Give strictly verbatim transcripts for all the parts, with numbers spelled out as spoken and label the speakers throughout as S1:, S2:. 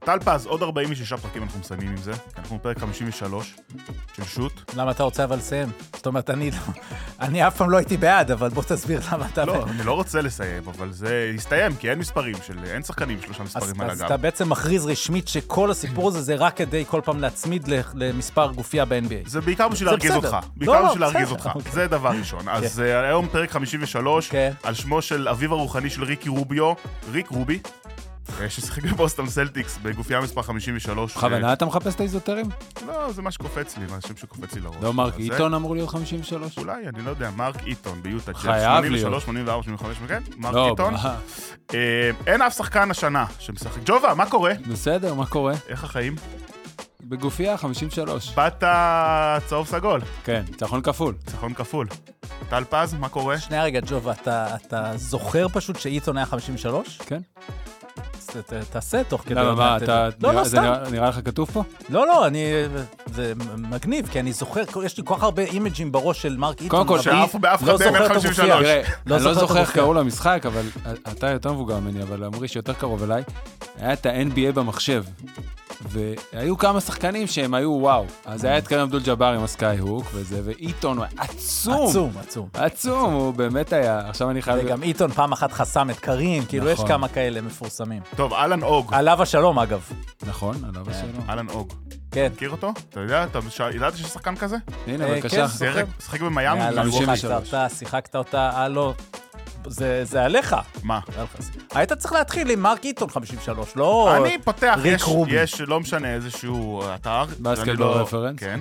S1: טל פז, עוד ארבעים ושש פרקים אנחנו מסיימים עם זה, אנחנו פרק חמישים ושלוש של שוט.
S2: למה אתה רוצה אבל לסיים? זאת אומרת, אני, אני אף פעם לא הייתי בעד, אבל בוא תסביר למה אתה...
S1: לא, אני לא רוצה לסיים, אבל זה יסתיים, כי אין מספרים של... אין שחקנים, שלושה מספרים על
S2: אז
S1: הגב.
S2: אתה בעצם מכריז רשמית שכל הסיפור הזה זה רק כדי כל פעם להצמיד למספר גופיה ב-אן בי איי.
S1: זה בעיקר בשביל להרגיז אותך. בעיקר בשביל להרגיז אותך. זה דבר ראשון. אז היום פרק חמישים ושלוש, על שמו של אביו הרוחני של ריקי רוביו, ריק רובי, ששיחק בבוסטון סלטיקס בגופייה מספר חמישים ושלוש.
S3: בכוונה אתה מחפש את האיזוטרים?
S1: לא, זה מה שקופץ לי, מה השם שקופץ לי לראש.
S3: לא, מרק איטון אמור להיות חמשים ושלוש?
S1: אולי, אני לא יודע, מרק איטון ביוטה ג'אז.
S3: חייב להיות.
S1: שמונים ושלוש, שמונים וארבע, שמונים וחמש, כן? מרק איטון. אין אף שחקן השנה שמשחק. ג'ובה, מה קורה?
S3: בסדר, מה קורה?
S1: איך החיים?
S3: בגופייה חמישים ושלוש.
S1: באת צהוב סגול.
S3: כן, צחון כפול.
S1: צחון כפול. טל פז, מה קורה?
S2: שנייה רגע, ג'ובה, אתה, אתה זוכר פשוט שאיטון היה חמישים ושלוש?
S3: כן.
S2: תעשה תוך כדי...
S3: למה, מה, אתה...
S2: לא, לא, סתם.
S3: זה נראה לך כתוב פה?
S2: לא, לא, אני... זה מגניב, כי אני זוכר, יש לי כל כך הרבה אימג'ים בראש של מרק איטון.
S3: קודם כל,
S1: שאף באף אחד מהם אין חמישים ושלוש.
S3: אני לא זוכר איך קראו למשחק, אבל אתה יותר מבוגר ממני, אבל אמרי שיותר קרוב אליי, היה את ה-אן בי איי במחשב. והיו כמה שחקנים שהם היו וואו. אז היה את קרים אבדול ג'אבר עם הסקאי הוק וזה, ואיטון הוא עצום.
S2: עצום, עצום.
S3: עצום, הוא באמת היה. עכשיו אני חייב...
S2: וגם איטון פעם אחת חסם את קרים, כאילו יש כמה כאלה מפורסמים.
S1: טוב, אלן אוג.
S2: עליו השלום, אגב.
S3: נכון, עליו השלום.
S1: אלן אוג.
S2: כן.
S1: מכיר אותו? אתה יודע? אתה ידעת שיש שחקן כזה?
S3: הנה, בבקשה.
S1: שחק במיאמי.
S2: יאללה, שיחקת אותה, שיחקת אותה, הלו. זה, זה עליך.
S1: מה?
S2: היית צריך להתחיל עם מרק איטון חמישים ושלוש, לא
S1: אני פותח,
S2: ריק
S1: יש,
S2: רובי.
S1: יש, לא משנה, איזשהו אתר.
S3: בסקטבול
S1: לא,
S3: רפרנס.
S1: כן.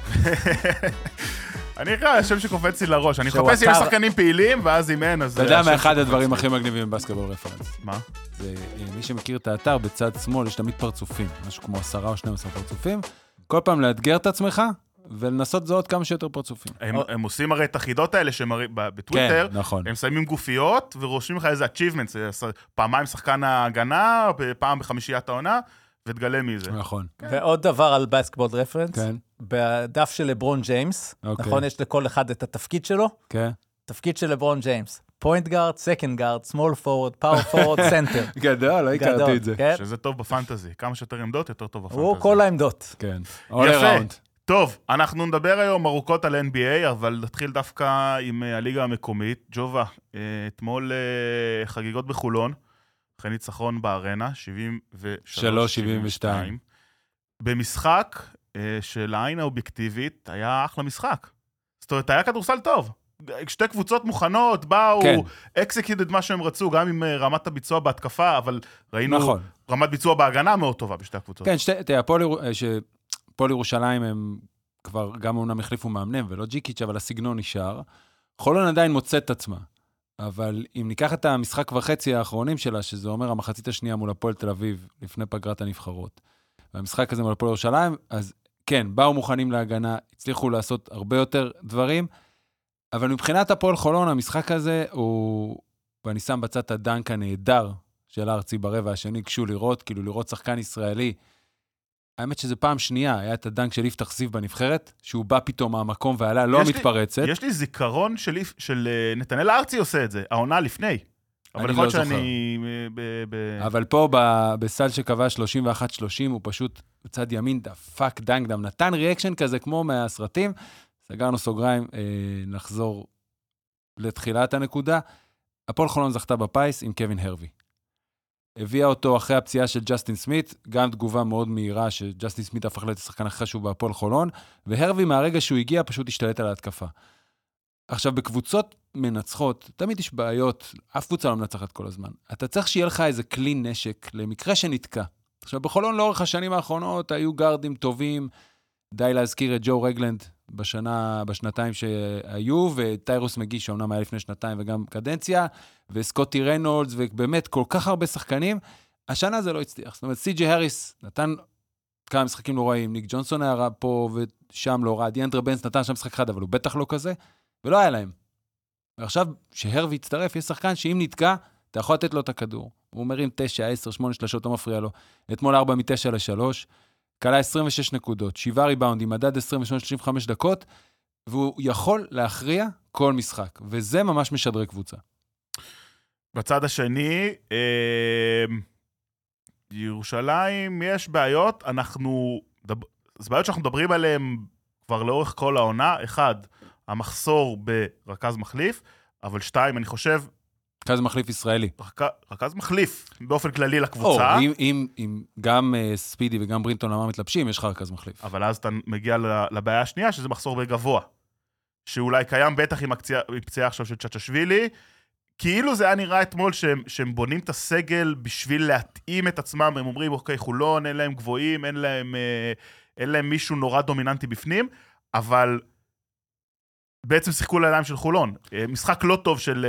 S1: אני אקרא, השם שקופץ לי לראש. אני חופש עם שחקנים פעילים, ואז אם אין, אז...
S3: אתה יודע מה אחד הדברים הכי מגניבים בסקטבול רפרנס?
S1: מה?
S3: זה, מי שמכיר את האתר, בצד שמאל יש תמיד פרצופים. משהו כמו עשרה או שנים עשר פרצופים. כל פעם לאתגר את עצמך, ולנסות זה עוד כמה שיותר פרצופים.
S1: הם, הם עושים הרי את החידות האלה שמראים בטוויטר,
S3: כן, נכון.
S1: הם שמים גופיות ורושמים לך איזה achievements, פעמיים שחקן ההגנה, פעם בחמישיית העונה, ותגלה מי זה.
S3: נכון.
S2: ועוד דבר על בסקטבול רפרנס,
S3: כן.
S2: בדף של לברון ג'יימס,
S3: אוקיי.
S2: נכון, יש לכל אחד את התפקיד שלו,
S3: כן.
S2: תפקיד של לברון ג'יימס, פוינט גארד, סקנד גארד, סמול פורד, פאור פורד, סנטר.
S3: גדול, לא הכרתי את זה.
S2: כן?
S1: שזה טוב בפנטזי, כמה שיותר עמדות, יותר טוב בפנטזי.
S2: הוא כל העמדות.
S3: כן.
S1: יפה. טוב, אנחנו נדבר היום ארוכות על אן בי איי, אבל נתחיל דווקא עם הליגה המקומית. ג'ובה, אתמול חגיגות בחולון, אחרי ניצחון בארנה, שבעים ושלוש שבעים ושתיים. במשחק של העין האובייקטיבית, היה אחלה משחק. זאת אומרת, היה כדורסל טוב. שתי קבוצות מוכנות, באו, אקסקיודד מה שהם רצו, גם עם רמת הביצוע בהתקפה, אבל ראינו רמת ביצוע בהגנה מאוד טובה בשתי הקבוצות.
S3: כן, תראה, פועל ירושלים הם כבר גם אומנם החליפו מאמנים, ולא ג'יקיץ', אבל הסגנון נשאר. חולון עדיין מוצאת את עצמה. אבל אם ניקח את המשחק וחצי האחרונים שלה, שזה אומר המחצית השנייה מול הפועל תל אביב, לפני פגרת הנבחרות, והמשחק הזה מול הפועל ירושלים, אז כן, באו מוכנים להגנה, הצליחו לעשות הרבה יותר דברים, אבל מבחינת הפועל חולון, המשחק הזה הוא, ואני שם בצד את הדנק הנהדר של הארצי ברבע השני, קשו לראות, כאילו לראות שחקן ישראלי, האמת שזה פעם שנייה, היה את הדנק של יפתח זיו בנבחרת, שהוא בא פתאום מהמקום ועלה לא מתפרצת.
S1: יש לי זיכרון של, של נתנאל הארצי עושה את זה, העונה לפני. אבל יכול להיות שאני... ב, ב...
S3: אבל פה בסל שקבע שלושים ואחת שלושים, הוא פשוט בצד ימין דפק דנק דם, נתן ריאקשן כזה כמו מהסרטים, סגרנו סוגריים, אה, נחזור לתחילת הנקודה. הפועל חולון זכתה בפייס עם קווין הרווי. הביאה אותו אחרי הפציעה של ג'סטין סמית, גם תגובה מאוד מהירה שג'סטין סמית הפך להיות השחקן הכי חשוב בהפועל חולון, והרווי מהרגע שהוא הגיע פשוט השתלט על ההתקפה. עכשיו, בקבוצות מנצחות, תמיד יש בעיות, אף קבוצה לא מנצחת כל הזמן. אתה צריך שיהיה לך איזה כלי נשק למקרה שנתקע. עכשיו, בחולון לאורך השנים האחרונות היו גארדים טובים, די להזכיר את ג'ו רגלנד בשנה, בשנתיים שהיו, וטיירוס מגיש שאומנם היה לפני שנתיים וגם קדנציה, וסקוטי רנולדס, ובאמת כל כך הרבה שחקנים, השנה זה לא הצליח. זאת אומרת, סי.ג'י הריס נתן כמה משחקים לא רואים, ניק ג'ונסון היה רע פה ושם לא רע, דיאנדרה בנס נתן שם משחק אחד, אבל הוא בטח לא כזה, ולא היה להם. ועכשיו, שהרווי יצטרף, יש שחקן שאם נתקע, אתה יכול לתת לו את הכדור. הוא מרים תשע, עשר, שמונה שלשות, לא מפריע לו. אתמול ארבע מתשע לשלוש, קלה עשרים ושש נקודות, שבעה ריבאונדים, מדד עשרים ושמונה שלושים וחמש דקות, והוא יכול להכריע כל משחק, וזה ממש משדרי קבוצה.
S1: בצד השני, ירושלים יש בעיות, אנחנו, זה בעיות שאנחנו מדברים עליהן כבר לאורך כל העונה. אחד, המחסור ברכז מחליף, אבל שתיים, אני חושב...
S3: רכז מחליף ישראלי.
S1: רכ... רכז מחליף באופן כללי לקבוצה.
S3: או, אם, אם, אם גם uh, ספידי וגם ברינטון למה מתלבשים, יש לך רכז מחליף.
S1: אבל אז אתה מגיע לבעיה השנייה, שזה מחסור בגבוה. שאולי קיים בטח עם הפציעה עכשיו של צ'צ'שווילי, כאילו זה היה נראה אתמול שהם, שהם בונים את הסגל בשביל להתאים את עצמם, הם אומרים, אוקיי, חולון, אין להם גבוהים, אין להם, אה, אין להם מישהו נורא דומיננטי בפנים, אבל בעצם שיחקו לידיים של חולון. משחק לא טוב של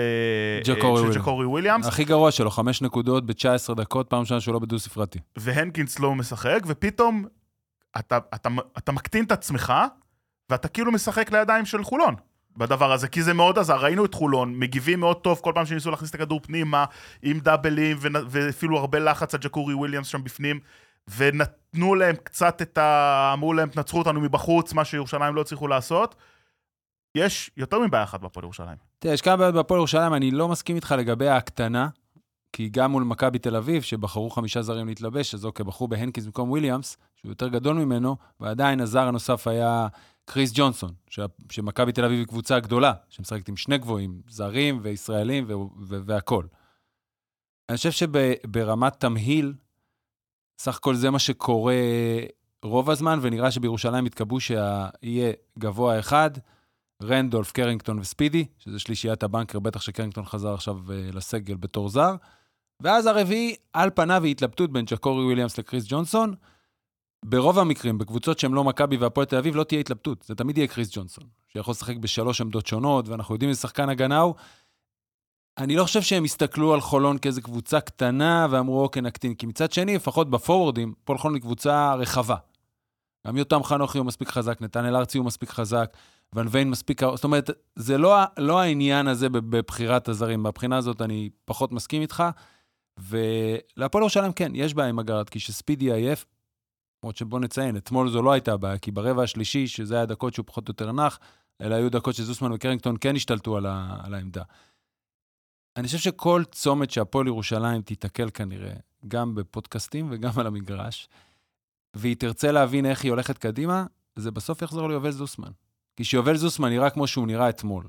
S1: ג'קורי וויליאמס.
S3: הכי גרוע שלו, חמש נקודות ב-תשע עשרה דקות, פעם שנה שהוא לא בדו ספרתי.
S1: והנקינס לא משחק, ופתאום אתה, אתה, אתה מקטין את עצמך, ואתה כאילו משחק לידיים של חולון. בדבר הזה, כי זה מאוד עזר, ראינו את חולון, מגיבים מאוד טוב כל פעם שניסו להכניס את הכדור פנימה, עם דאבלים, ואפילו הרבה לחץ על ג'קורי וויליאמס שם בפנים, ונתנו להם קצת את ה... אמרו להם, תנצחו אותנו מבחוץ, מה שירושלים לא הצליחו לעשות. יש יותר מבעיה אחת בפועל ירושלים.
S3: תראה, יש כמה בעיות בפועל ירושלים, אני לא מסכים איתך לגבי ההקטנה, כי גם מול מכבי תל אביב, שבחרו חמישה זרים להתלבש, אז אוקיי, בחרו בהנקינס במקום וויליאמס, שהוא יותר גדול ממנו, ועדיין הזר הנוסף היה קריס ג'ונסון, שמכבי תל אביב היא קבוצה גדולה, שמשחקת עם שני גבוהים, זרים וישראלים והכל. אני חושב שברמת תמהיל, סך הכל זה מה שקורה רוב הזמן, ונראה שבירושלים התקבעו שיהיה גבוה אחד, רנדולף, קרינגטון וספידי, שזה שלישיית הבנקר, בטח שקרינגטון חזר עכשיו לסגל בתור זר, ואז הרביעי, על פניו התלבטות בין ג'קורי וויליאמס לקריס ג'ונסון, ברוב המקרים, בקבוצות שהן לא מכבי והפועל תל אביב, לא תהיה התלבטות, זה תמיד יהיה קריס ג'ונסון, שיכול לשחק בשלוש עמדות שונות, ואנחנו יודעים איזה שחקן הגנה הוא. אני לא חושב שהם הסתכלו על חולון כאיזו קבוצה קטנה, ואמרו, אוקיי, נקטין, כי מצד שני, לפחות בפורורדים, פועל חולון היא קבוצה רחבה. גם יותם חנוכי הוא מספיק חזק, נתנאל ארצי הוא מספיק חזק, ון ויין מספיק, זאת אומרת, זה לא, לא העניין הזה בבחירת הזרים, בבחינה הזאת אני פחות מסכים איתך, ולהפועל ירושלים כן, יש בעיה עם הגרד, כי שספידי עייף, למרות שבוא נציין, אתמול זו לא הייתה בעיה, כי ברבע השלישי, שזה היה דקות שהוא פחות יותר נח, אלא היו דקות שזוסמן וקרינגטון כן השתלטו על, ה, על העמדה. אני חושב שכל צומת שהפועל ירושלים תתקל כנראה, גם בפודקאסטים וגם על המגרש, והיא תרצה להבין איך היא הולכת קדימה, זה בסוף יחזור ליובל זוסמן. כי שיובל זוסמן נראה כמו שהוא נראה אתמול.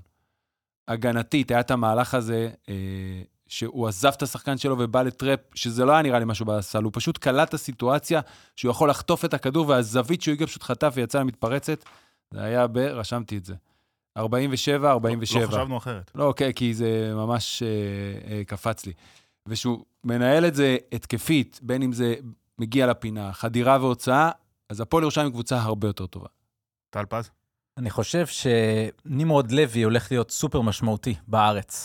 S3: הגנתית, היה את המהלך הזה, אה, שהוא עזב את השחקן שלו ובא לטרפ, שזה לא היה נראה לי משהו בסל, הוא פשוט קלט את הסיטואציה, שהוא יכול לחטוף את הכדור, והזווית שהוא הגיע פשוט חטף ויצא למתפרצת, זה היה ב... רשמתי את זה. ארבעים ושבע, ארבעים ושבע.
S1: לא, לא חשבנו אחרת.
S3: לא, אוקיי, כי זה ממש אה, אה, קפץ לי. ושהוא מנהל את זה התקפית, בין אם זה מגיע לפינה, חדירה והוצאה, אז הפועל ירושלים קבוצה הרבה יותר טובה.
S1: טל פז?
S2: אני חושב שנמרוד לוי הולך להיות סופר משמעותי בארץ.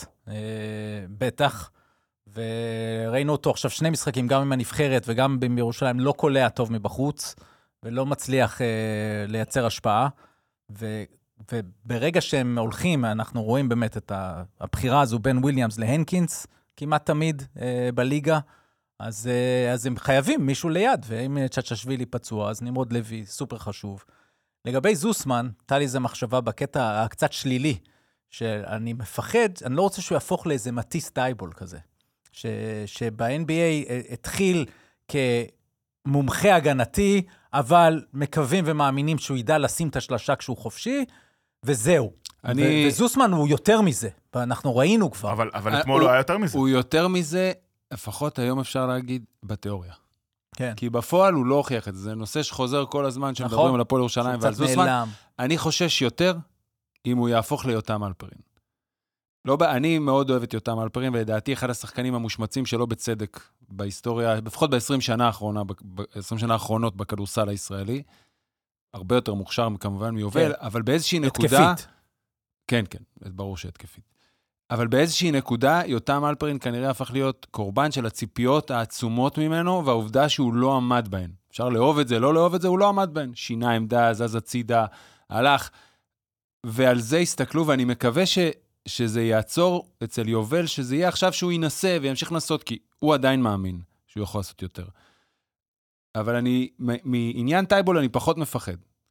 S2: בטח, וראינו אותו עכשיו שני משחקים, גם עם הנבחרת וגם בירושלים, לא קולע טוב מבחוץ, ולא מצליח לייצר השפעה, ו... וברגע שהם הולכים, אנחנו רואים באמת את הבחירה הזו בין וויליאמס להנקינס, כמעט תמיד בליגה, אז, אז הם חייבים מישהו ליד, ואם צ'צ'שווילי פצוע, אז נמרוד לוי סופר חשוב. לגבי זוסמן, הייתה לי איזו מחשבה בקטע הקצת שלילי, שאני מפחד, אני לא רוצה שהוא יהפוך לאיזה מטיס דייבול כזה, ש, שב-אן בי איי התחיל כמומחה הגנתי, אבל מקווים ומאמינים שהוא ידע לשים את השלשה כשהוא חופשי, וזהו. אני... ו- וזוסמן הוא יותר מזה, ואנחנו ראינו כבר.
S1: אבל, אבל אתמול הוא היה יותר מזה.
S3: הוא יותר מזה, לפחות היום אפשר להגיד, בתיאוריה.
S2: כן.
S3: כי בפועל הוא לא הוכיח את זה. זה נושא שחוזר כל הזמן שמדברים נכון. על הפועל ירושלים ועל זוסמן. אני חושש יותר אם הוא יהפוך ליותם אלפרין. לא, אני מאוד אוהב את יותם אלפרין, ולדעתי אחד השחקנים המושמצים שלו בצדק בהיסטוריה, לפחות ב-עשרים שנה האחרונה, ב-עשרים שנה האחרונות בכדורסל הישראלי. הרבה יותר מוכשר כמובן מיובל, כן. אבל באיזושהי נקודה... התקפית. כן, כן, ברור שהתקפית. אבל באיזושהי נקודה, יותם אלפרין כנראה הפך להיות קורבן של הציפיות העצומות ממנו, והעובדה שהוא לא עמד בהן. אפשר לאהוב את זה, לא לאהוב את זה, הוא לא עמד בהן. שינה עמדה, זז הצידה, הלך. ועל זה הסתכלו, ואני מקווה ש, שזה יעצור אצל יובל, שזה יהיה עכשיו שהוא ינסה וימשיך לנסות, כי הוא עדיין מאמין שהוא יכול לעשות יותר. אבל אני, מעניין טייבול אני פחות מפחד.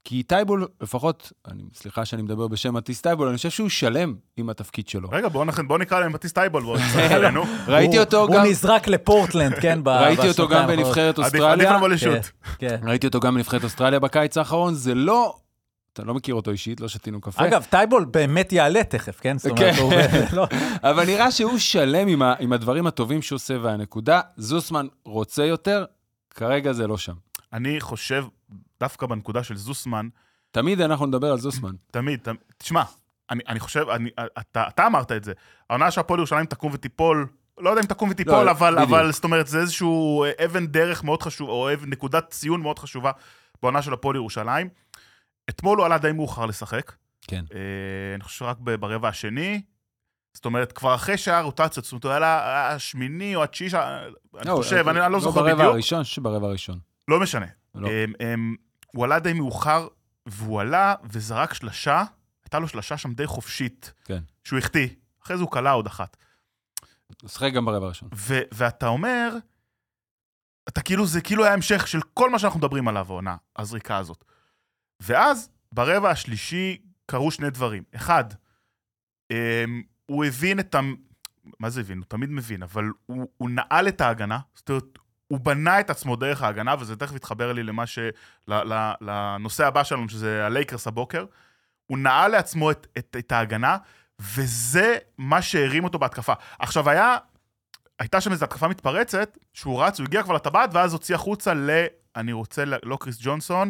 S3: כי טייבול, לפחות, אני, סליחה שאני מדבר בשם מטיס טייבול, אני חושב שהוא שלם עם התפקיד שלו.
S1: רגע, בואו בוא נקרא להם מטיס טייבול, בואו נצטרך עלינו.
S3: ראיתי אותו
S2: הוא
S3: גם...
S2: הוא נזרק לפורטלנד, כן? ב-
S3: ראיתי אותו גם
S2: בשנתיים
S3: בנבחרת
S1: עדיף
S3: אוסטרליה.
S1: לבוא לשוט.
S2: כן.
S3: ראיתי אותו גם בנבחרת אוסטרליה בקיץ האחרון, זה לא... אתה לא מכיר אותו אישית, לא שתינו קפה.
S2: אגב, טייבול באמת יעלה תכף, כן? זאת אומרת,
S3: כן.
S2: הוא... לא.
S3: אבל נראה שהוא שלם עם, ה, עם הדברים הטובים שהוא עושה, והנקודה, זוסמן רוצה יותר, כרגע זה לא שם.
S1: אני חושב, דווקא בנקודה של זוסמן,
S3: תמיד אנחנו נדבר על זוסמן.
S1: תמיד, תמיד, תשמע, אני, אני חושב, אני, אתה, אתה אמרת את זה, העונה שהפועל ירושלים תקום ותיפול, לא יודע אם תקום ותיפול,
S3: לא,
S1: אבל,
S3: בדיוק.
S1: אבל זאת אומרת, זה איזשהו אבן דרך מאוד חשוב, או אבן, נקודת ציון מאוד חשובה בעונה של הפועל ירושלים. אתמול הוא עלה די מאוחר לשחק.
S3: כן.
S1: אה, אני חושב רק ברבע השני, זאת אומרת, כבר אחרי שהיה רוטציות, זאת אומרת, הוא היה השמיני או התשיעי, אני חושב, אני, אני לא זוכר בדיוק.
S3: ברבע הראשון, שברבע הראשון.
S1: לא משנה.
S3: לא.
S1: הם, הם, הוא עלה די מאוחר, והוא עלה וזרק שלשה, הייתה לו שלשה שם די חופשית,
S3: כן.
S1: שהוא החטיא, אחרי זה הוא קלה עוד אחת.
S3: הוא שחק גם ברבע הראשון.
S1: ו- ואתה אומר, אתה כאילו, זה כאילו היה המשך של כל מה שאנחנו מדברים עליו, העונה, הזריקה הזאת. ואז, ברבע השלישי, קרו שני דברים. אחד, הם, הוא הבין את ה... מה זה הבין? הוא תמיד מבין, אבל הוא, הוא נעל את ההגנה, זאת אומרת, הוא בנה את עצמו דרך ההגנה, וזה תכף התחבר לי למה ש... לנושא הבא שלנו, שזה הלייקרס הבוקר. הוא נעל לעצמו את, את, את ההגנה, וזה מה שהרים אותו בהתקפה. עכשיו, היה... הייתה שם איזו התקפה מתפרצת, שהוא רץ, הוא הגיע כבר לטבעת, ואז הוציא החוצה ל... אני רוצה, לא קריס ג'ונסון,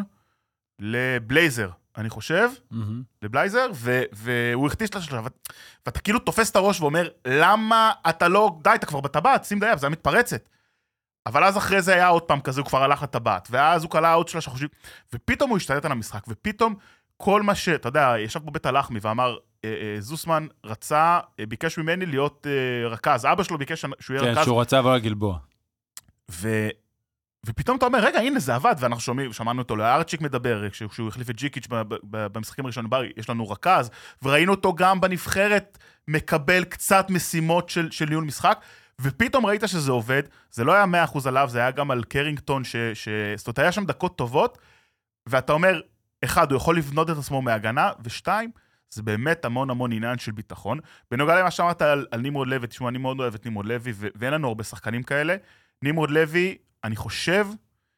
S1: לבלייזר, אני חושב,
S3: Mm-hmm.
S1: לבלייזר, ו- והוא הכתיש את השלב, ואתה כאילו תופס את הראש ואומר, למה אתה לא... די, אתה כבר בטבעת, שים דייב, זה היה מתפרצת. אבל אז אחרי זה היה עוד פעם כזה, הוא כבר הלך לטבעת, ואז הוא קלה עוד שלושה חושבים, ופתאום הוא השתלט על המשחק, ופתאום כל מה ש... אתה יודע, ישב פה בית הלחמי ואמר, זוסמן רצה, ביקש ממני להיות רכז, אבא שלו ביקש שהוא יהיה רכז.
S3: כן, שהוא רצה אבל גלבוע.
S1: ו... ופתאום אתה אומר, רגע, הנה, זה עבד, ואנחנו שומעים, שמענו אותו, לארצ'יק מדבר, כשהוא החליף את ג'יקיץ' במשחקים הראשונים, יש לנו רכז, וראינו אותו גם בנבחרת, מקבל קצת משימות של, של ניהול משחק, ופתאום ראית שזה עובד, זה לא היה מאה אחוז עליו, זה היה גם על קרינגטון, ש... ש... זאת אומרת, היה שם דקות טובות, ואתה אומר, אחד, הוא יכול לבנות את עצמו מהגנה, ושתיים, זה באמת המון המון עניין של ביטחון. בנוגע למה שאמרת על, על נמרוד לוי, תשמע, אני מאוד אוהב את נמרוד לוי, ו... ואין לנו הרבה שחקנים כאלה. נמרוד לוי, אני חושב,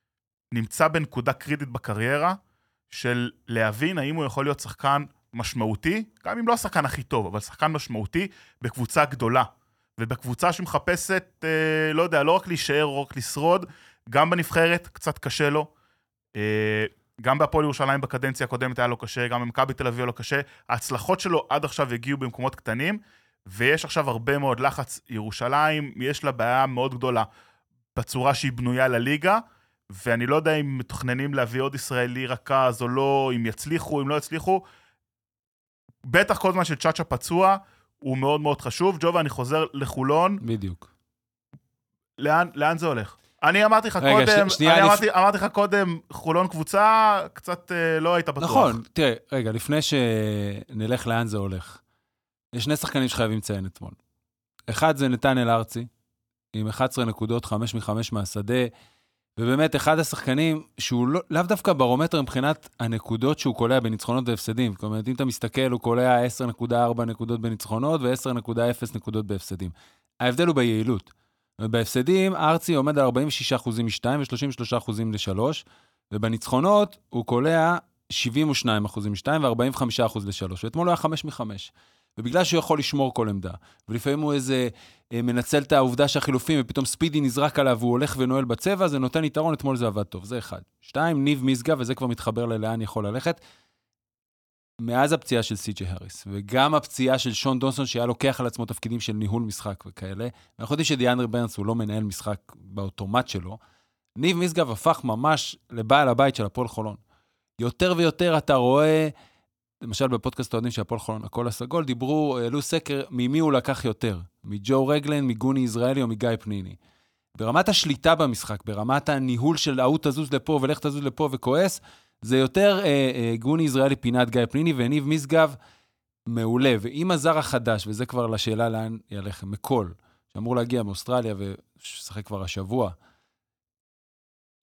S1: נמצא בנקודה קריטית בקריירה, של להבין האם הוא יכול להיות שחקן משמעותי, גם אם לא השחקן הכי טוב, אבל שחקן משמעותי בקבוצה גדולה. ובקבוצה שמחפשת, אה, לא יודע, לא רק להישאר, לא רק לשרוד, גם בנבחרת, קצת קשה לו. אה, גם בהפועל ירושלים בקדנציה הקודמת היה לו קשה, גם במכבי תל אביב היה לו קשה. ההצלחות שלו עד עכשיו הגיעו במקומות קטנים, ויש עכשיו הרבה מאוד לחץ. ירושלים, יש לה בעיה מאוד גדולה בצורה שהיא בנויה לליגה, ואני לא יודע אם מתוכננים להביא עוד ישראלי רכז או לא, אם יצליחו, אם לא יצליחו. בטח כל זמן של צ'אצ'ה פצוע, הוא מאוד מאוד חשוב. ג'ובה, אני חוזר לחולון.
S3: בדיוק.
S1: לאן, לאן זה הולך? אני אמרתי לך
S3: רגע,
S1: קודם,
S3: ש... שנייה,
S1: אני
S3: לפ...
S1: אמרתי, אמרתי לך קודם, חולון קבוצה, קצת אה, לא היית בטוח.
S3: נכון, תראה, רגע, לפני שנלך לאן זה הולך, יש שני שחקנים שחייבים לציין אתמול. אחד זה נתנאל ארצי, עם אחת עשרה נקודות, חמש מחמש מהשדה, ובאמת אחד השחקנים שהוא לא, לאו דווקא ברומטר מבחינת הנקודות שהוא קולע בניצחונות והפסדים. זאת אומרת, אם אתה מסתכל, הוא קולע עשר נקודה ארבע נקודות בניצחונות ו-עשר נקודה אפס נקודות בהפסדים. ההבדל הוא ביעילות. בהפסדים, ארצי עומד על ארבעים ושישה אחוז משתיים ו-שלושים ושלושה אחוז לשלוש, ובניצחונות הוא קולע שבעים ושניים אחוז משתיים ו-ארבעים וחמישה אחוז לשלוש, ואתמול הוא היה חמש מחמש. ובגלל שהוא יכול לשמור כל עמדה, ולפעמים הוא איזה אה, מנצל את העובדה שהחילופים, ופתאום ספידי נזרק עליו, והוא הולך ונועל בצבע, זה נותן יתרון, אתמול זה עבד טוב, זה אחד. שתיים, ניב משגב, וזה כבר מתחבר ללאן יכול ללכת. מאז הפציעה של סי.ג'י הריס, וגם הפציעה של שון דונסון, שהיה לוקח על עצמו תפקידים של ניהול משחק וכאלה, ואנחנו יודעים שדיאנדרי ברנס הוא לא מנהל משחק באוטומט שלו, ניב משגב הפך ממש לבעל הבית של הפועל חולון. יותר ויותר אתה רואה, למשל בפודקאסט העודים של הפועל חולון, הכל הסגול, דיברו, העלו סקר ממי הוא לקח יותר, מג'ו רגלן, מגוני יזרעאלי או מגיא פניני. ברמת השליטה במשחק, ברמת הניהול של ההוא תזוז לפה ולך תזוז לפה וכועס, זה יותר אה, אה, גוני יזרעאלי פינת גיא פניני, וניב משגב מעולה. ועם הזר החדש, וזה כבר לשאלה לאן ילך, מקול, שאמור להגיע מאוסטרליה וששחק כבר השבוע,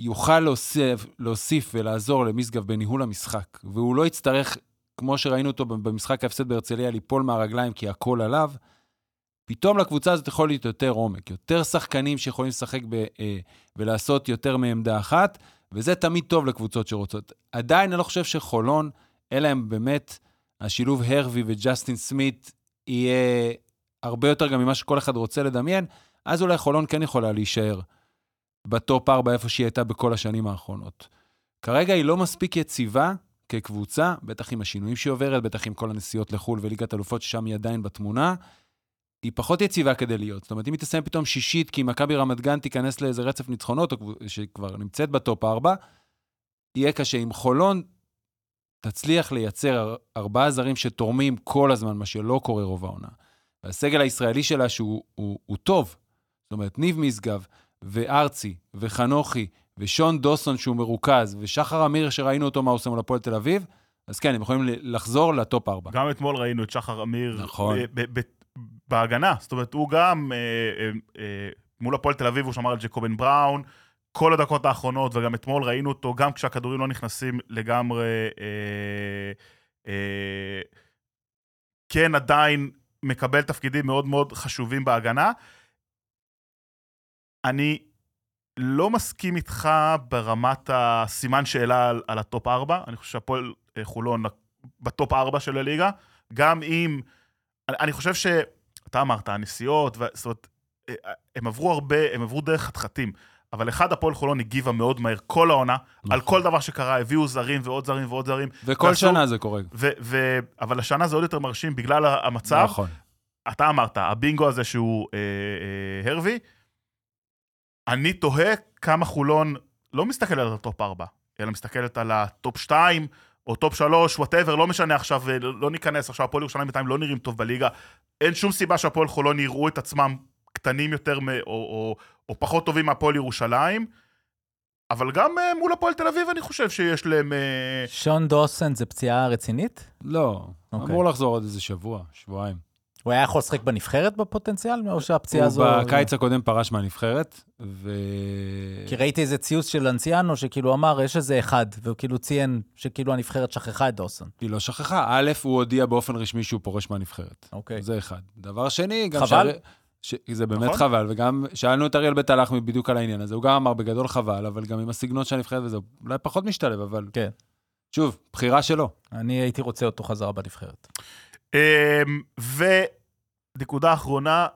S3: יוכל להוסיף, להוסיף ולעזור למשגב בניהול המשחק, והוא לא יצטרך, כמו שראינו אותו במשחק ההפסד בהרצליה, ליפול מהרגליים כי הכל עליו, פתאום לקבוצה הזאת יכול להיות יותר עומק, יותר שחקנים שיכולים לשחק ב, ולעשות יותר מעמדה אחת, וזה תמיד טוב לקבוצות שרוצות. עדיין אני לא חושב שחולון, אלא הם באמת, השילוב הרווי וג'סטין סמית, יהיה הרבה יותר גם ממה שכל אחד רוצה לדמיין, אז אולי חולון כן יכולה להישאר בטופ ארבע, איפה שהיא הייתה בכל השנים האחרונות. כרגע היא לא מספיק יציבה כקבוצה, בטח עם השינויים שהיא עוברת, בטח עם כל הנסיעות לחול וליגת אלופות, ששם היא עדיין בתמונה, היא פחות יציבה כדי להיות. זאת אומרת, אם היא תסיים פתאום שישית, כי מכבי רמת גן תיכנס לאיזה רצף ניצחונות, שכבר נמצאת בטופ ארבע, יהיה קשה. עם חולון תצליח לייצר ארבעה זרים שתורמים כל הזמן, מה שלא קורה רוב העונה. והסגל הישראלי שלה שהוא הוא, הוא טוב, זאת אומרת, ניב משגב וארצי וחנוכי ושון דוסון שהוא מרוכז, ושחר אמיר שראינו אותו מה עושה מול הפועל תל אביב, אז כן, הם יכולים לחזור לטופ ארבע.
S1: גם אתמול ראינו את שחר אמיר
S3: נכון.
S1: ב- ב- בהגנה, זאת אומרת, הוא גם אה, אה, אה, מול הפועל תל אביב, הוא שמר על ג'קובן בראון, כל הדקות האחרונות, וגם אתמול ראינו אותו, גם כשהכדורים לא נכנסים לגמרי, אה, אה, כן עדיין מקבל תפקידים מאוד מאוד חשובים בהגנה. אני לא מסכים איתך ברמת הסימן שאלה על, על הטופ ארבע, אני חושב שהפועל חולון בטופ ארבע של הליגה, גם אם, אני, אני חושב שאתה אמרת, הנסיעות, ו, זאת אומרת, הם עברו הרבה, הם עברו דרך חתחתים, אבל אחד הפועל חולון הגיבה מאוד מהר כל העונה, נכון. על כל דבר שקרה, הביאו זרים ועוד זרים ועוד זרים.
S3: וכל ועשו, שנה זה קורה.
S1: ו, ו, אבל השנה זה עוד יותר מרשים בגלל המצב.
S3: נכון.
S1: אתה אמרת, הבינגו הזה שהוא אה, אה, הרווי, אני תוהה כמה חולון לא מסתכלת על הטופ ארבע, אלא מסתכלת על הטופ שתיים, או טופ שלוש, whatever, לא משנה עכשיו, לא ניכנס עכשיו, הפועל ירושלים בינתיים לא נראים טוב בליגה, אין שום סיבה שהפועל חולון יראו את עצמם קטנים יותר, או, או, או פחות טובים מהפועל ירושלים, אבל גם מול הפועל תל אביב אני חושב שיש להם...
S2: שון דוסן זה פציעה רצינית?
S3: לא, okay. אמור לחזור עוד איזה שבוע, שבועיים.
S2: הוא היה יכול לשחק בנבחרת בפוטנציאל, או שהפציעה הזו...
S3: הוא בקיץ הקודם פרש מהנבחרת, ו...
S2: כי ראיתי איזה ציוץ של אנציאנו, שכאילו אמר, יש איזה אחד, והוא כאילו ציין שכאילו הנבחרת שכחה את דוסון.
S3: היא לא שכחה. א', הוא הודיע באופן רשמי שהוא פורש מהנבחרת.
S2: אוקיי.
S3: זה אחד. דבר שני, גם...
S2: חבל?
S3: ש... זה באמת נכון? חבל, וגם שאלנו את אריאל בית הלחמי בדיוק על העניין הזה, הוא גם אמר בגדול חבל, אבל גם עם הסגנון של הנבחרת וזה אולי פחות משתלב, אבל...
S2: כן.
S3: שוב, בחירה שלו.
S2: אני הייתי רוצה אותו חזרה בנבחרת.
S1: ונקודה אחרונה,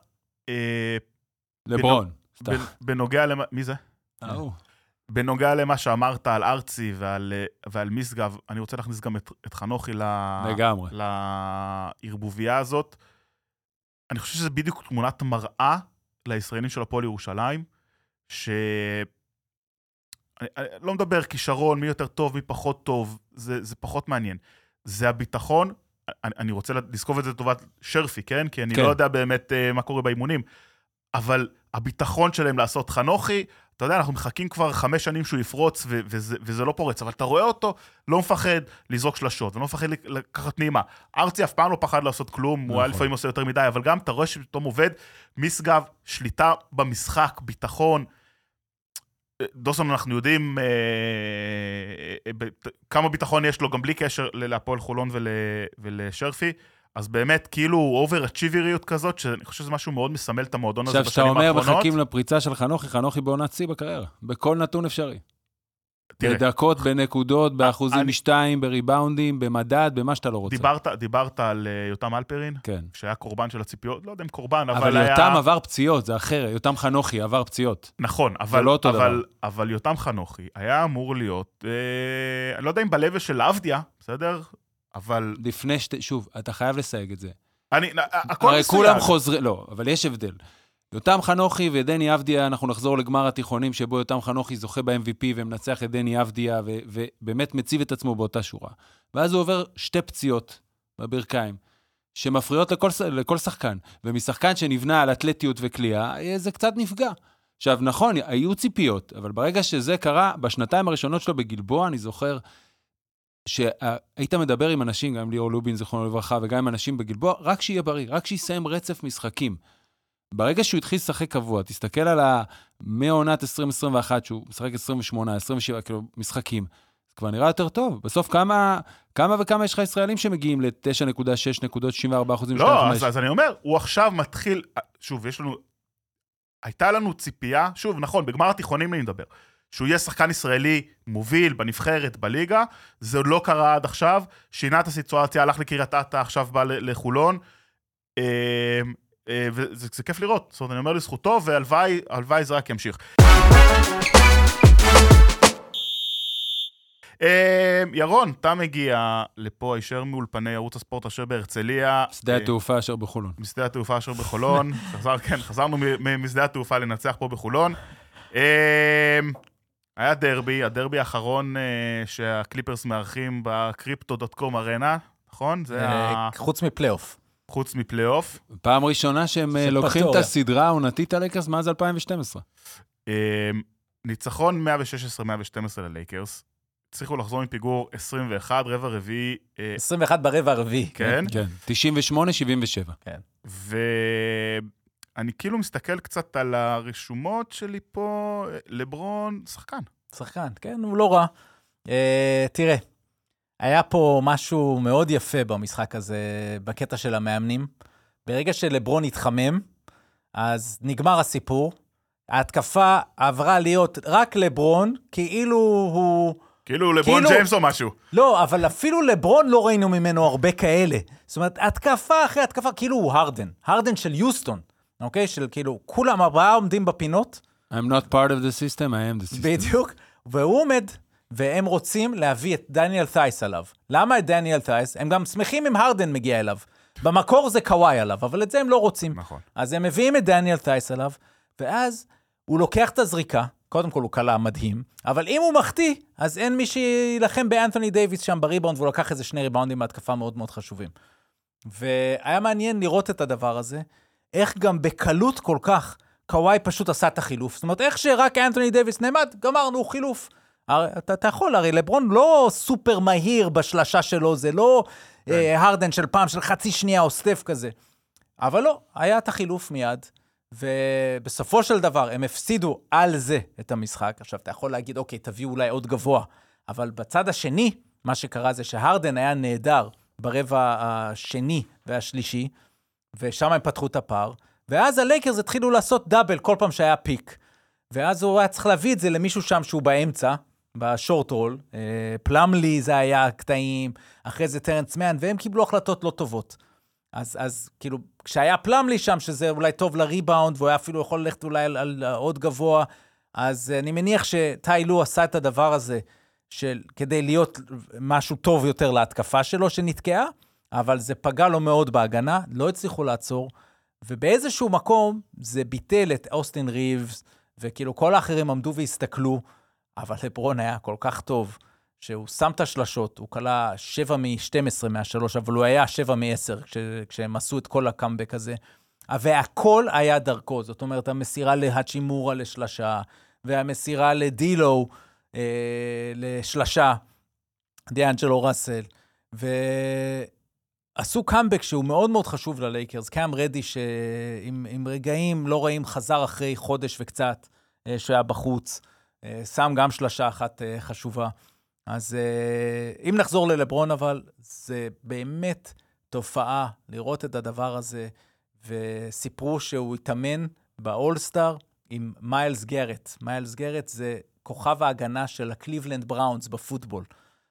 S3: לברון.
S1: בנוגע למה, מי זה? בנוגע למה שאמרת על ארצי ועל, ועל משגב, אני רוצה להכניס גם את, את חנוכי
S3: לגמרי.
S1: לערבוביה הזאת. אני חושב שזה בדיוק תמונת מראה לישראלים של הפועל ירושלים, ש... אני, אני לא מדבר כישרון, מי יותר טוב, מי פחות טוב, זה, זה פחות מעניין. זה הביטחון, אני, אני רוצה לזכוב את זה לטובת שרפי, כן? כי אני כן. לא יודע באמת uh, מה קורה באימונים, אבל הביטחון שלהם לעשות חנוכי, אתה יודע, אנחנו מחכים כבר חמש שנים שהוא יפרוץ, ו- וזה, וזה לא פורץ, אבל אתה רואה אותו, לא מפחד לזרוק שלשות, ולא מפחד לקחת נעימה. ארצי אף פעם לא פחד לעשות כלום, נכון. הוא היה לפעמים עושה יותר מדי, אבל גם אתה רואה שפתאום עובד, משגב, שליטה במשחק, ביטחון, דוסון אנחנו יודעים אה, אה, אה, כמה ביטחון יש לו, גם בלי קשר להפועל חולון ול, ולשרפי, אז באמת כאילו אובר-אצ'יבריות כזאת, שאני חושב שזה משהו מאוד מסמל את המועדון הזה בשנים האחרונות.
S3: עכשיו, שאתה אומר, מחכים לפריצה של חנוכי, חנוכי בעונת צי בקריירה, בכל נתון אפשרי. תראה, בדקות, בנקודות, באחוזים אני... משתיים, בריבאונדים, במדד, במה שאתה לא רוצה.
S1: דיברת, דיברת על uh, יותם אלפרין,
S3: כן.
S1: שהיה קורבן של הציפיות, לא יודע אם קורבן, אבל,
S3: אבל
S1: היה...
S3: יותם עבר פציעות, זה אחר, יותם חנוכי עבר פציעות.
S1: נכון, אבל, לא אבל, אבל יותם חנוכי היה אמור להיות, אה, אני לא יודע אם בלבל של אבדיה, בסדר? אבל...
S3: לפני שת... שוב, אתה חייב לסייג את זה.
S1: אני, הכל
S3: הרי כולם חוזרים, לא, אבל יש הבדל. יותם חנוכי ודני אבדיה, אנחנו נחזור לגמר התיכונים, שבו יותם חנוכי זוכה ב-אם וי פי ומנצח את דני אבדיה, ו- ובאמת מציב את עצמו באותה שורה. ואז הוא עובר שתי פציעות בברכיים, שמפריעות לכל, לכל שחקן, ומשחקן שנבנה על אתלטיות וקליעה, זה קצת נפגע. עכשיו, נכון, היו ציפיות, אבל ברגע שזה קרה, בשנתיים הראשונות שלו בגלבוע, אני זוכר שהיית מדבר עם אנשים, גם ליאור לובין, זכרונו לברכה, וגם עם אנשים בגלבוע, רק שיהיה בריא, רק שיסיים רצף משחקים. ברגע שהוא התחיל לשחק קבוע, תסתכל על המעונת עשרים עשרים ואחת, שהוא משחק עשרים ושמונה, עשרים ושבע, כאילו, משחקים, זה כבר נראה יותר טוב. בסוף כמה, כמה וכמה יש לך ישראלים שמגיעים ל-תשע נקודה שש נקודות שישים וארבע אחוז?
S1: לא, אז, אז אני אומר, הוא עכשיו מתחיל, שוב, יש לנו, הייתה לנו ציפייה, שוב, נכון, בגמר התיכונים אני מדבר, שהוא יהיה שחקן ישראלי מוביל בנבחרת, בליגה, זה לא קרה עד עכשיו, שינה את הסיטואציה, הלך לקריית אתא, עכשיו בא לחולון, וזה זה כיף לראות, זאת אומרת, אני אומר לזכותו, והלוואי, הלוואי זה רק ימשיך. ירון, אתה מגיע לפה, הישר מאולפני ערוץ הספורט אשר בהרצליה.
S3: שדה התעופה אשר בחולון.
S1: משדה התעופה אשר בחולון. חזר, כן, חזרנו משדה התעופה לנצח פה בחולון. היה דרבי, הדרבי האחרון שהקליפרס מארחים בקריפטו דוט קום ארנה, נכון?
S2: חוץ מפלייאוף.
S1: חוץ מפלייאוף.
S3: פעם ראשונה שהם לוקחים את הסדרה העונתית הלייקרס מאז אלפיים ושתים עשרה.
S1: ניצחון מאה ושש עשרה מאה ושתים עשרה ללייקרס. צריכו לחזור מפיגור עשרים ואחת, רבע רביעי.
S2: עשרים ואחת ברבע הרביעי.
S1: כן.
S3: כן, תשעים ושמונה שבעים ושבע.
S2: כן.
S1: ואני כאילו מסתכל קצת על הרשומות שלי פה, לברון, שחקן.
S2: שחקן, כן, הוא לא רע. תראה, היה פה משהו מאוד יפה במשחק הזה, בקטע של המאמנים. ברגע שלברון התחמם, אז נגמר הסיפור. ההתקפה עברה להיות רק לברון, כאילו הוא...
S1: כאילו לברון כאילו... ג'יימס או משהו.
S2: לא, אבל אפילו לברון לא ראינו ממנו הרבה כאלה. זאת אומרת, התקפה אחרי התקפה, כאילו הוא הרדן. הרדן של יוסטון, אוקיי? של כאילו, כולם ארבעה עומדים בפינות.
S3: I'm not part of the system, I am the system.
S2: בדיוק. והוא עומד, והם רוצים להביא את דניאל תייס עליו. למה את דניאל תייס? הם גם שמחים אם הרדן מגיע אליו. במקור זה קוואי עליו, אבל את זה הם לא רוצים.
S1: נכון.
S2: אז הם מביאים את דניאל תייס עליו, ואז הוא לוקח את הזריקה, קודם כל הוא קלה מדהים, אבל אם הוא מחטיא, אז אין מי שילחם באנתוני דייביס שם בריבאונד, והוא לקח איזה שני ריבאונדים מהתקפה מאוד מאוד חשובים. והיה מעניין לראות את הדבר הזה, איך גם בקלות כל כך, קוואי פשוט עשה את החילוף. זאת אומרת, איך שרק אנתוני דייביס נעמד, גמרנו חילוף. אתה, אתה יכול, הרי לברון לא סופר מהיר בשלשה שלו, זה לא אה, הרדן של פעם, של חצי שנייה או סטף כזה. אבל לא, היה את החילוף מיד, ובסופו של דבר הם הפסידו על זה את המשחק. עכשיו, אתה יכול להגיד, אוקיי, תביאו אולי עוד גבוה, אבל בצד השני, מה שקרה זה שהרדן היה נהדר ברבע השני והשלישי, ושם הם פתחו את הפער, ואז הלייקרס התחילו לעשות דאבל כל פעם שהיה פיק, ואז הוא היה צריך להביא את זה למישהו שם שהוא באמצע, בשורט רול, פלמלי זה היה קטעים, אחרי זה טרנס מן, והם קיבלו החלטות לא טובות. אז, אז כאילו, כשהיה פלמלי שם, שזה אולי טוב לריבאונד, והוא היה אפילו יכול ללכת אולי על, על, על עוד גבוה, אז אני מניח שטיילו עשה את הדבר הזה, של, כדי להיות משהו טוב יותר להתקפה שלו שנתקעה, אבל זה פגע לו מאוד בהגנה, לא הצליחו לעצור, ובאיזשהו מקום זה ביטל את אוסטין ריבס, וכאילו כל האחרים עמדו והסתכלו, אבל לברון היה כל כך טוב, שהוא שם את השלשות, הוא קלה שבע מ-שתים עשרה מהשלוש, אבל הוא היה שבע מ-עשר, כש, כשהם עשו את כל הקאמבק הזה, והכל היה דרכו, זאת אומרת, המסירה להצ'ימורה לשלשה, והמסירה לדילו אה, לשלשה, דיאנג'לו ראסל, ועשו קאמבק שהוא מאוד מאוד חשוב ללייקרס, קאם רדי שעם עם רגעים לא ראים חזר אחרי חודש וקצת, אה, שהיה בחוץ, אה, שם גם שלשה אחת אה, חשובה, אז אם נחזור ללברון, אבל זה באמת תופעה לראות את הדבר הזה, וסיפרו שהוא התאמן באולסטאר עם מיילס גרט. מיילס גרט זה כוכב ההגנה של הקליבלנד בראונס בפוטבול.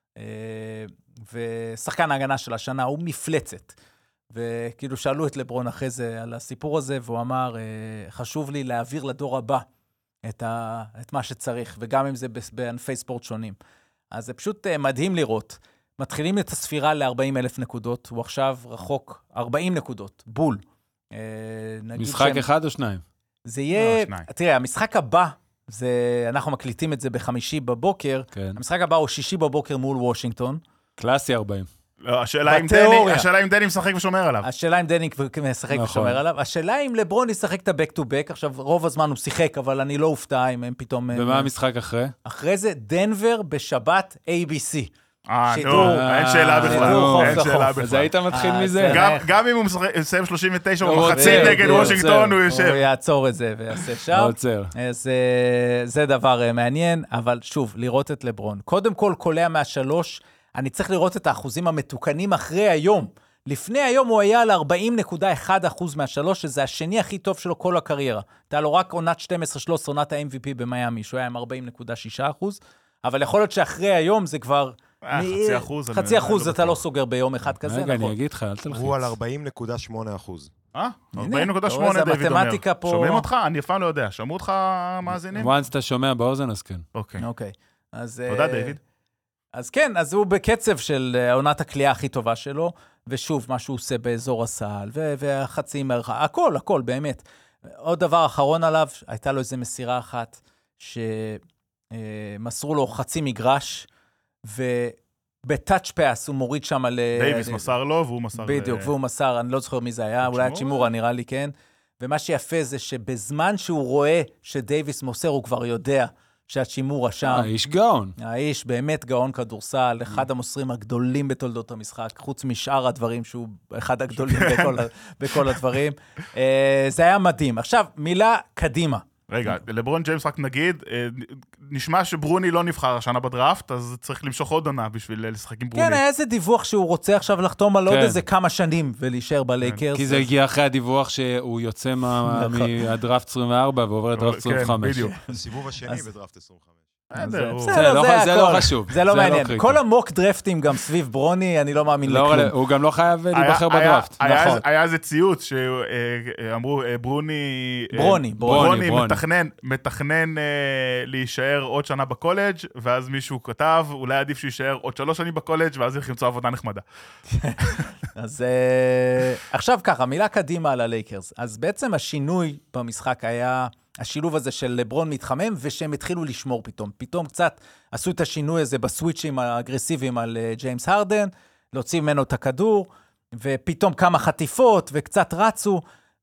S2: ושחקן ההגנה של השנה הוא מפלצת. וכאילו שאלו את לברון אחרי זה על הסיפור הזה, והוא אמר, חשוב לי להעביר לדור הבא את, ה... את מה שצריך, וגם אם זה בענפי ספורט שונים. אז זה פשוט מדהים לראות. מתחילים את הספירה ל-ארבעים אלף נקודות, הוא עכשיו רחוק ארבעים נקודות, בול.
S3: משחק שהם... אחד או שניים?
S2: זה יהיה, לא, תראה, המשחק הבא, זה, אנחנו מקליטים את זה בחמישי בבוקר, כן. המשחק הבא הוא שישי בבוקר מול וושינגטון.
S3: קלאסי ארבעים.
S1: לא, השאלה אם דני, השאלה אם דני משחק ושומר עליו.
S2: השאלה אם דני משחק נכון. ושומר עליו. השאלה אם לברון ישחק את ה-back to back, עכשיו רוב הזמן הוא שיחק, אבל אני לא אופתע אם הם פתאום...
S3: ומה הם... המשחק אחרי?
S2: אחרי זה, דנבר בשבת איי בי סי.
S1: אה,
S2: שידור.
S1: נו, אין שאלה
S2: שידור
S1: בכלל,
S2: חוף
S1: אין
S2: לחוף.
S1: שאלה
S3: אז
S1: בכלל.
S3: היית מתחיל
S2: אה,
S3: מזה.
S2: זה-
S1: גם-
S2: איך?
S1: גם אם הוא משחק- מסיים שלושים ותשע
S3: הוא
S1: במחצית
S3: עוצר,
S1: נגד
S3: הוא
S1: וושינגטון, הוא
S2: הוא
S1: יושב.
S2: יעצור את זה ויעשה שם.
S3: לא עוצר.
S2: אז אה, זה דבר אה, מעניין, אבל שוב, לראות את לברון. קודם כל, קולע מהשלוש, אני צריך לראות את האחוזים המתוקנים אחרי היום. לפני היום הוא היה על ארבעים נקודה אחת אחוז מהשלוש, שזה השני הכי טוב שלו כל הקריירה. הייתה לו רק עונת שתים עשרה שלוש עשרה, עונת ה-אם וי פי במיימי, שהוא היה עם ארבעים נקודה שש אחוז, אבל יכול להיות שאחרי היום זה כבר...
S1: אה,
S2: מ-
S1: חצי אחוז, אני-
S2: חצי
S1: אני
S2: אחוז
S1: לא
S2: אתה לא
S1: בטוח.
S2: סוגר ביום אחד כזה,
S3: רגע, אני
S2: נכון?
S3: אגיד לך, אל תלחיץ.
S4: הוא על ארבעים נקודה שמונה אחוז.
S1: אה?
S2: הנה,
S1: ארבעים נקודה
S2: אתה רואה,
S1: שמונה
S2: זה
S1: דיוויד אומר.
S2: המתמטיקה פה-
S1: שומעים אותך? אני אף פעם לא יודע. שמעו אותך מאזינים?
S3: once אתה שומע באוזן, אז כן.
S1: אוקיי.
S2: אוקיי. אז...
S1: תודה,
S2: אה,
S1: דיוויד.
S2: אז כן, אז הוא בקצב של אה, עונת הקליעה הכי טובה שלו, ושוב, מה שהוא עושה באזור הסל, ו- והחצי מרחק, הכל, הכל, באמת. עוד דבר אחרון עליו, הייתה לו איזו מסירה אחת, שמסרו לו חצי מגרש, ובטאץ' פאס הוא מוריד שם ל...
S1: דייביס מסר לו, והוא מסר...
S2: בדיוק,
S1: ל-
S2: והוא מסר, אני לא זוכר מי זה היה, אולי
S1: צ'ימורה?
S2: צ'ימורה, נראה לי, כן. ומה שיפה זה שבזמן שהוא רואה שדייביס מוסר, הוא כבר יודע שהצ'ימורה שם.
S3: אה, איש גאון.
S2: האיש באמת גאון כדורסל, אחד המוסרים הגדולים בתולדות המשחק, חוץ משאר הדברים שהוא אחד הגדולים בכל, ה- בכל הדברים. אה, זה היה מדהים. עכשיו, מילה קדימה.
S1: רגע, לברון ג'יימס רק נגיד, אה, נשמע שברוני לא נבחר השנה בדראפט, אז צריך למשוך עוד עונה בשביל אה, לשחק עם ברוני.
S2: כן, היה איזה דיווח שהוא רוצה עכשיו לחתום על עוד
S3: כן.
S2: איזה כמה שנים ולהישאר בלייקרס.
S3: כי זה הגיע אחרי הדיווח שהוא יוצא מה-
S2: נכון.
S3: מהדראפט עשרים וארבע ועובר לדראפט
S1: כן,
S3: עשרים וחמש.
S1: בדיוק.
S4: הסיבוב השני
S2: אז-
S4: בדראפט עשרים וחמש.
S1: בסדר, הוא-
S3: בסדר, לא- זה
S2: הכל.
S3: לא חשוב.
S2: זה לא
S3: זה לא
S2: מעניין.
S3: קריטי.
S2: כל המוק דרפטים גם סביב ברוני, אני לא מאמין
S3: לא,
S2: לכלום.
S3: הוא גם לא חייב
S1: היה-
S3: להיבחר
S1: היה-
S3: בדראפט.
S1: היה
S2: נכון.
S1: איזה- היה איזה ציוץ שאמרו, ברוני... אה,
S2: ברוני,
S3: ברוני,
S1: ברוני
S3: ברוני.
S1: מתכנן, מתכנן אה, להישאר עוד שנה בקולג', ואז מישהו כתב, אולי עדיף שהוא יישאר עוד שלוש שנים בקולג', ואז ילך למצוא עבודה נחמדה.
S2: אז uh, עכשיו ככה, מילה קדימה על הלייקרס. אז בעצם השינוי במשחק היה השילוב הזה של לברון מתחמם, ושהם התחילו לשמור פתאום. פתאום קצת עשו את השינוי הזה בסוויצ'ים האגרסיביים על uh, ג'יימס הרדן, להוציא ממנו את הכדור, ופתאום כמה חטיפות, וקצת רצו,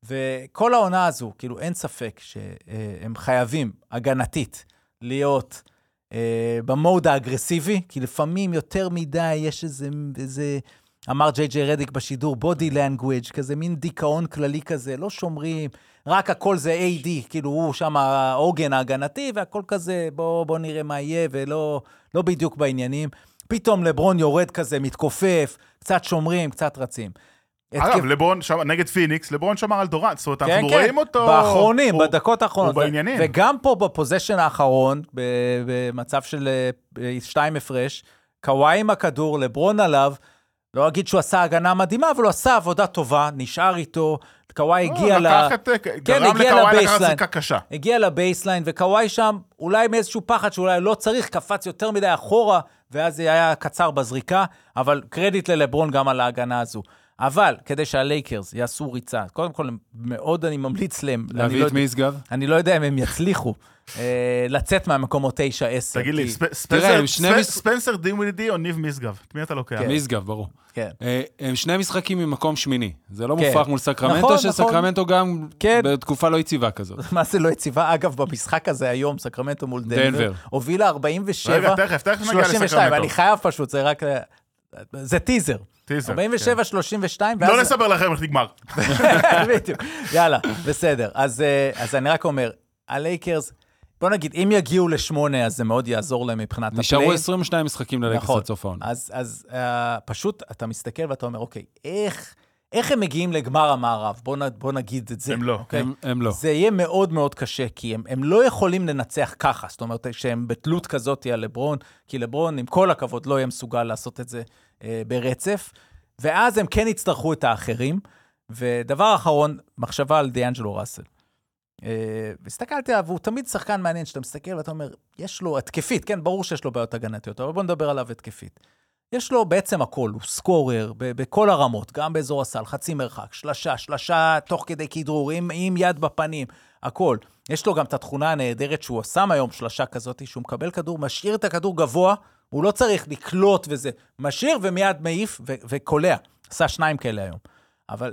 S2: וכל העונה הזו, כאילו אין ספק שהם חייבים הגנתית להיות uh, במוד האגרסיבי, כי לפעמים יותר מדי יש איזה... איזה אמר ג'יי ג'יי רדיק בשידור, body language, כזה מין דיכאון כללי כזה, לא שומרים, רק הכל זה איי די, כאילו הוא שם העוגן ההגנתי, והכל כזה, בוא, בוא נראה מה יהיה, ולא לא בדיוק בעניינים. פתאום לברון יורד כזה, מתכופף, קצת שומרים, קצת רצים.
S1: אגב, לברון, שם- נגד פיניקס, לברון שמר על דורנט, זאת אומרת,
S2: כן,
S1: אנחנו
S2: כן,
S1: רואים אותו...
S2: באחרונים,
S1: הוא-
S2: בדקות האחרונות.
S1: הוא בעניינים.
S2: וגם פה בפוזיישן האחרון, ב- במצב של אה, שתיים הפרש, קוואי עם הכדור, לברון עליו, לא אגיד שהוא עשה הגנה מדהימה, אבל הוא עשה עבודה טובה, נשאר איתו, קוואי הגיע ל...
S1: לקח את... גרם
S2: הגיע
S1: לקוואי לקחת
S2: לבייסליין.
S1: זריקה קשה.
S2: הגיע לבייסליין, וקוואי שם, אולי מאיזשהו פחד שאולי לא צריך, קפץ יותר מדי אחורה, ואז זה היה קצר בזריקה, אבל קרדיט ללברון גם על ההגנה הזו. אבל כדי שהלייקרס יעשו ריצה, קודם כל, מאוד אני ממליץ להם, אני
S3: להביא
S2: לא
S3: את
S2: יודע-
S3: משגב.
S2: אני לא יודע אם הם יצליחו אה, לצאת מהמקומות תשע עשר.
S1: תגיד לי,
S2: כי-
S1: ספ-
S3: תראה,
S1: ספנסר-
S3: הם שני
S1: ספ-
S3: מש-
S1: ספנסר דינווידי או ניב משגב? את מי אתה לוקח?
S2: כן.
S3: משגב, ברור.
S2: כן.
S3: אה, הם שני משחקים ממקום שמיני. זה לא
S2: כן.
S3: מופרך מול סקרמנטו,
S2: נכון,
S3: שסקרמנטו גם
S2: כן.
S3: בתקופה לא יציבה כזאת.
S2: מה זה לא יציבה? אגב, במשחק הזה היום, סקרמנטו מול דנבר,
S3: דנבר.
S2: הובילה ארבעים ושבע,
S1: רגע, תכף, תכף נגיע
S2: שלושים ושתיים,
S1: לסקרמנטו.
S2: אני חייב פשוט, זה רק... זה טיזר.
S1: טיזר,
S2: ארבעים ושבע שלושים ושתיים,
S1: כן. לא נספר לכם איך נגמר.
S2: בדיוק. יאללה, בסדר. אז, אה, אז אני רק אומר, הלייקרס, בוא נגיד, אם יגיעו לשמונה, אז זה מאוד יעזור להם מבחינת הפליין.
S3: נשארו עשרים ושניים משחקים ללייקרס
S2: נכון.
S3: עד סוף העונה.
S2: אז, אז uh, פשוט אתה מסתכל ואתה אומר, אוקיי, איך, איך הם מגיעים לגמר המערב? בוא, נ, בוא נגיד את זה.
S1: הם לא.
S2: אוקיי?
S3: הם- הם לא.
S2: זה יהיה מאוד מאוד קשה, כי הם, הם לא יכולים לנצח ככה. זאת אומרת, שהם בתלות כזאת על לברון, כי לברון, עם כל הכבוד, לא יהיה מסוגל לעשות את זה אה, ברצף. ואז הם כן יצטרכו את האחרים. ודבר אחרון, מחשבה על דיאנג'לו ראסל. Uh, והסתכלתי עליו, והוא תמיד שחקן מעניין, שאתה מסתכל ואתה אומר, יש לו התקפית, כן, ברור שיש לו בעיות הגנתיות, אבל בוא נדבר עליו התקפית. יש לו בעצם הכל, הוא סקורר ב- בכל הרמות, גם באזור הסל, חצי מרחק, שלשה, שלשה תוך כדי כדרור, עם, עם יד בפנים, הכל. יש לו גם את התכונה הנהדרת שהוא שם היום שלשה כזאת, שהוא מקבל כדור, משאיר את הכדור גבוה, הוא לא צריך לקלוט וזה, משאיר ומיד מעיף ו- וקולע. עשה שניים כאלה היום. אבל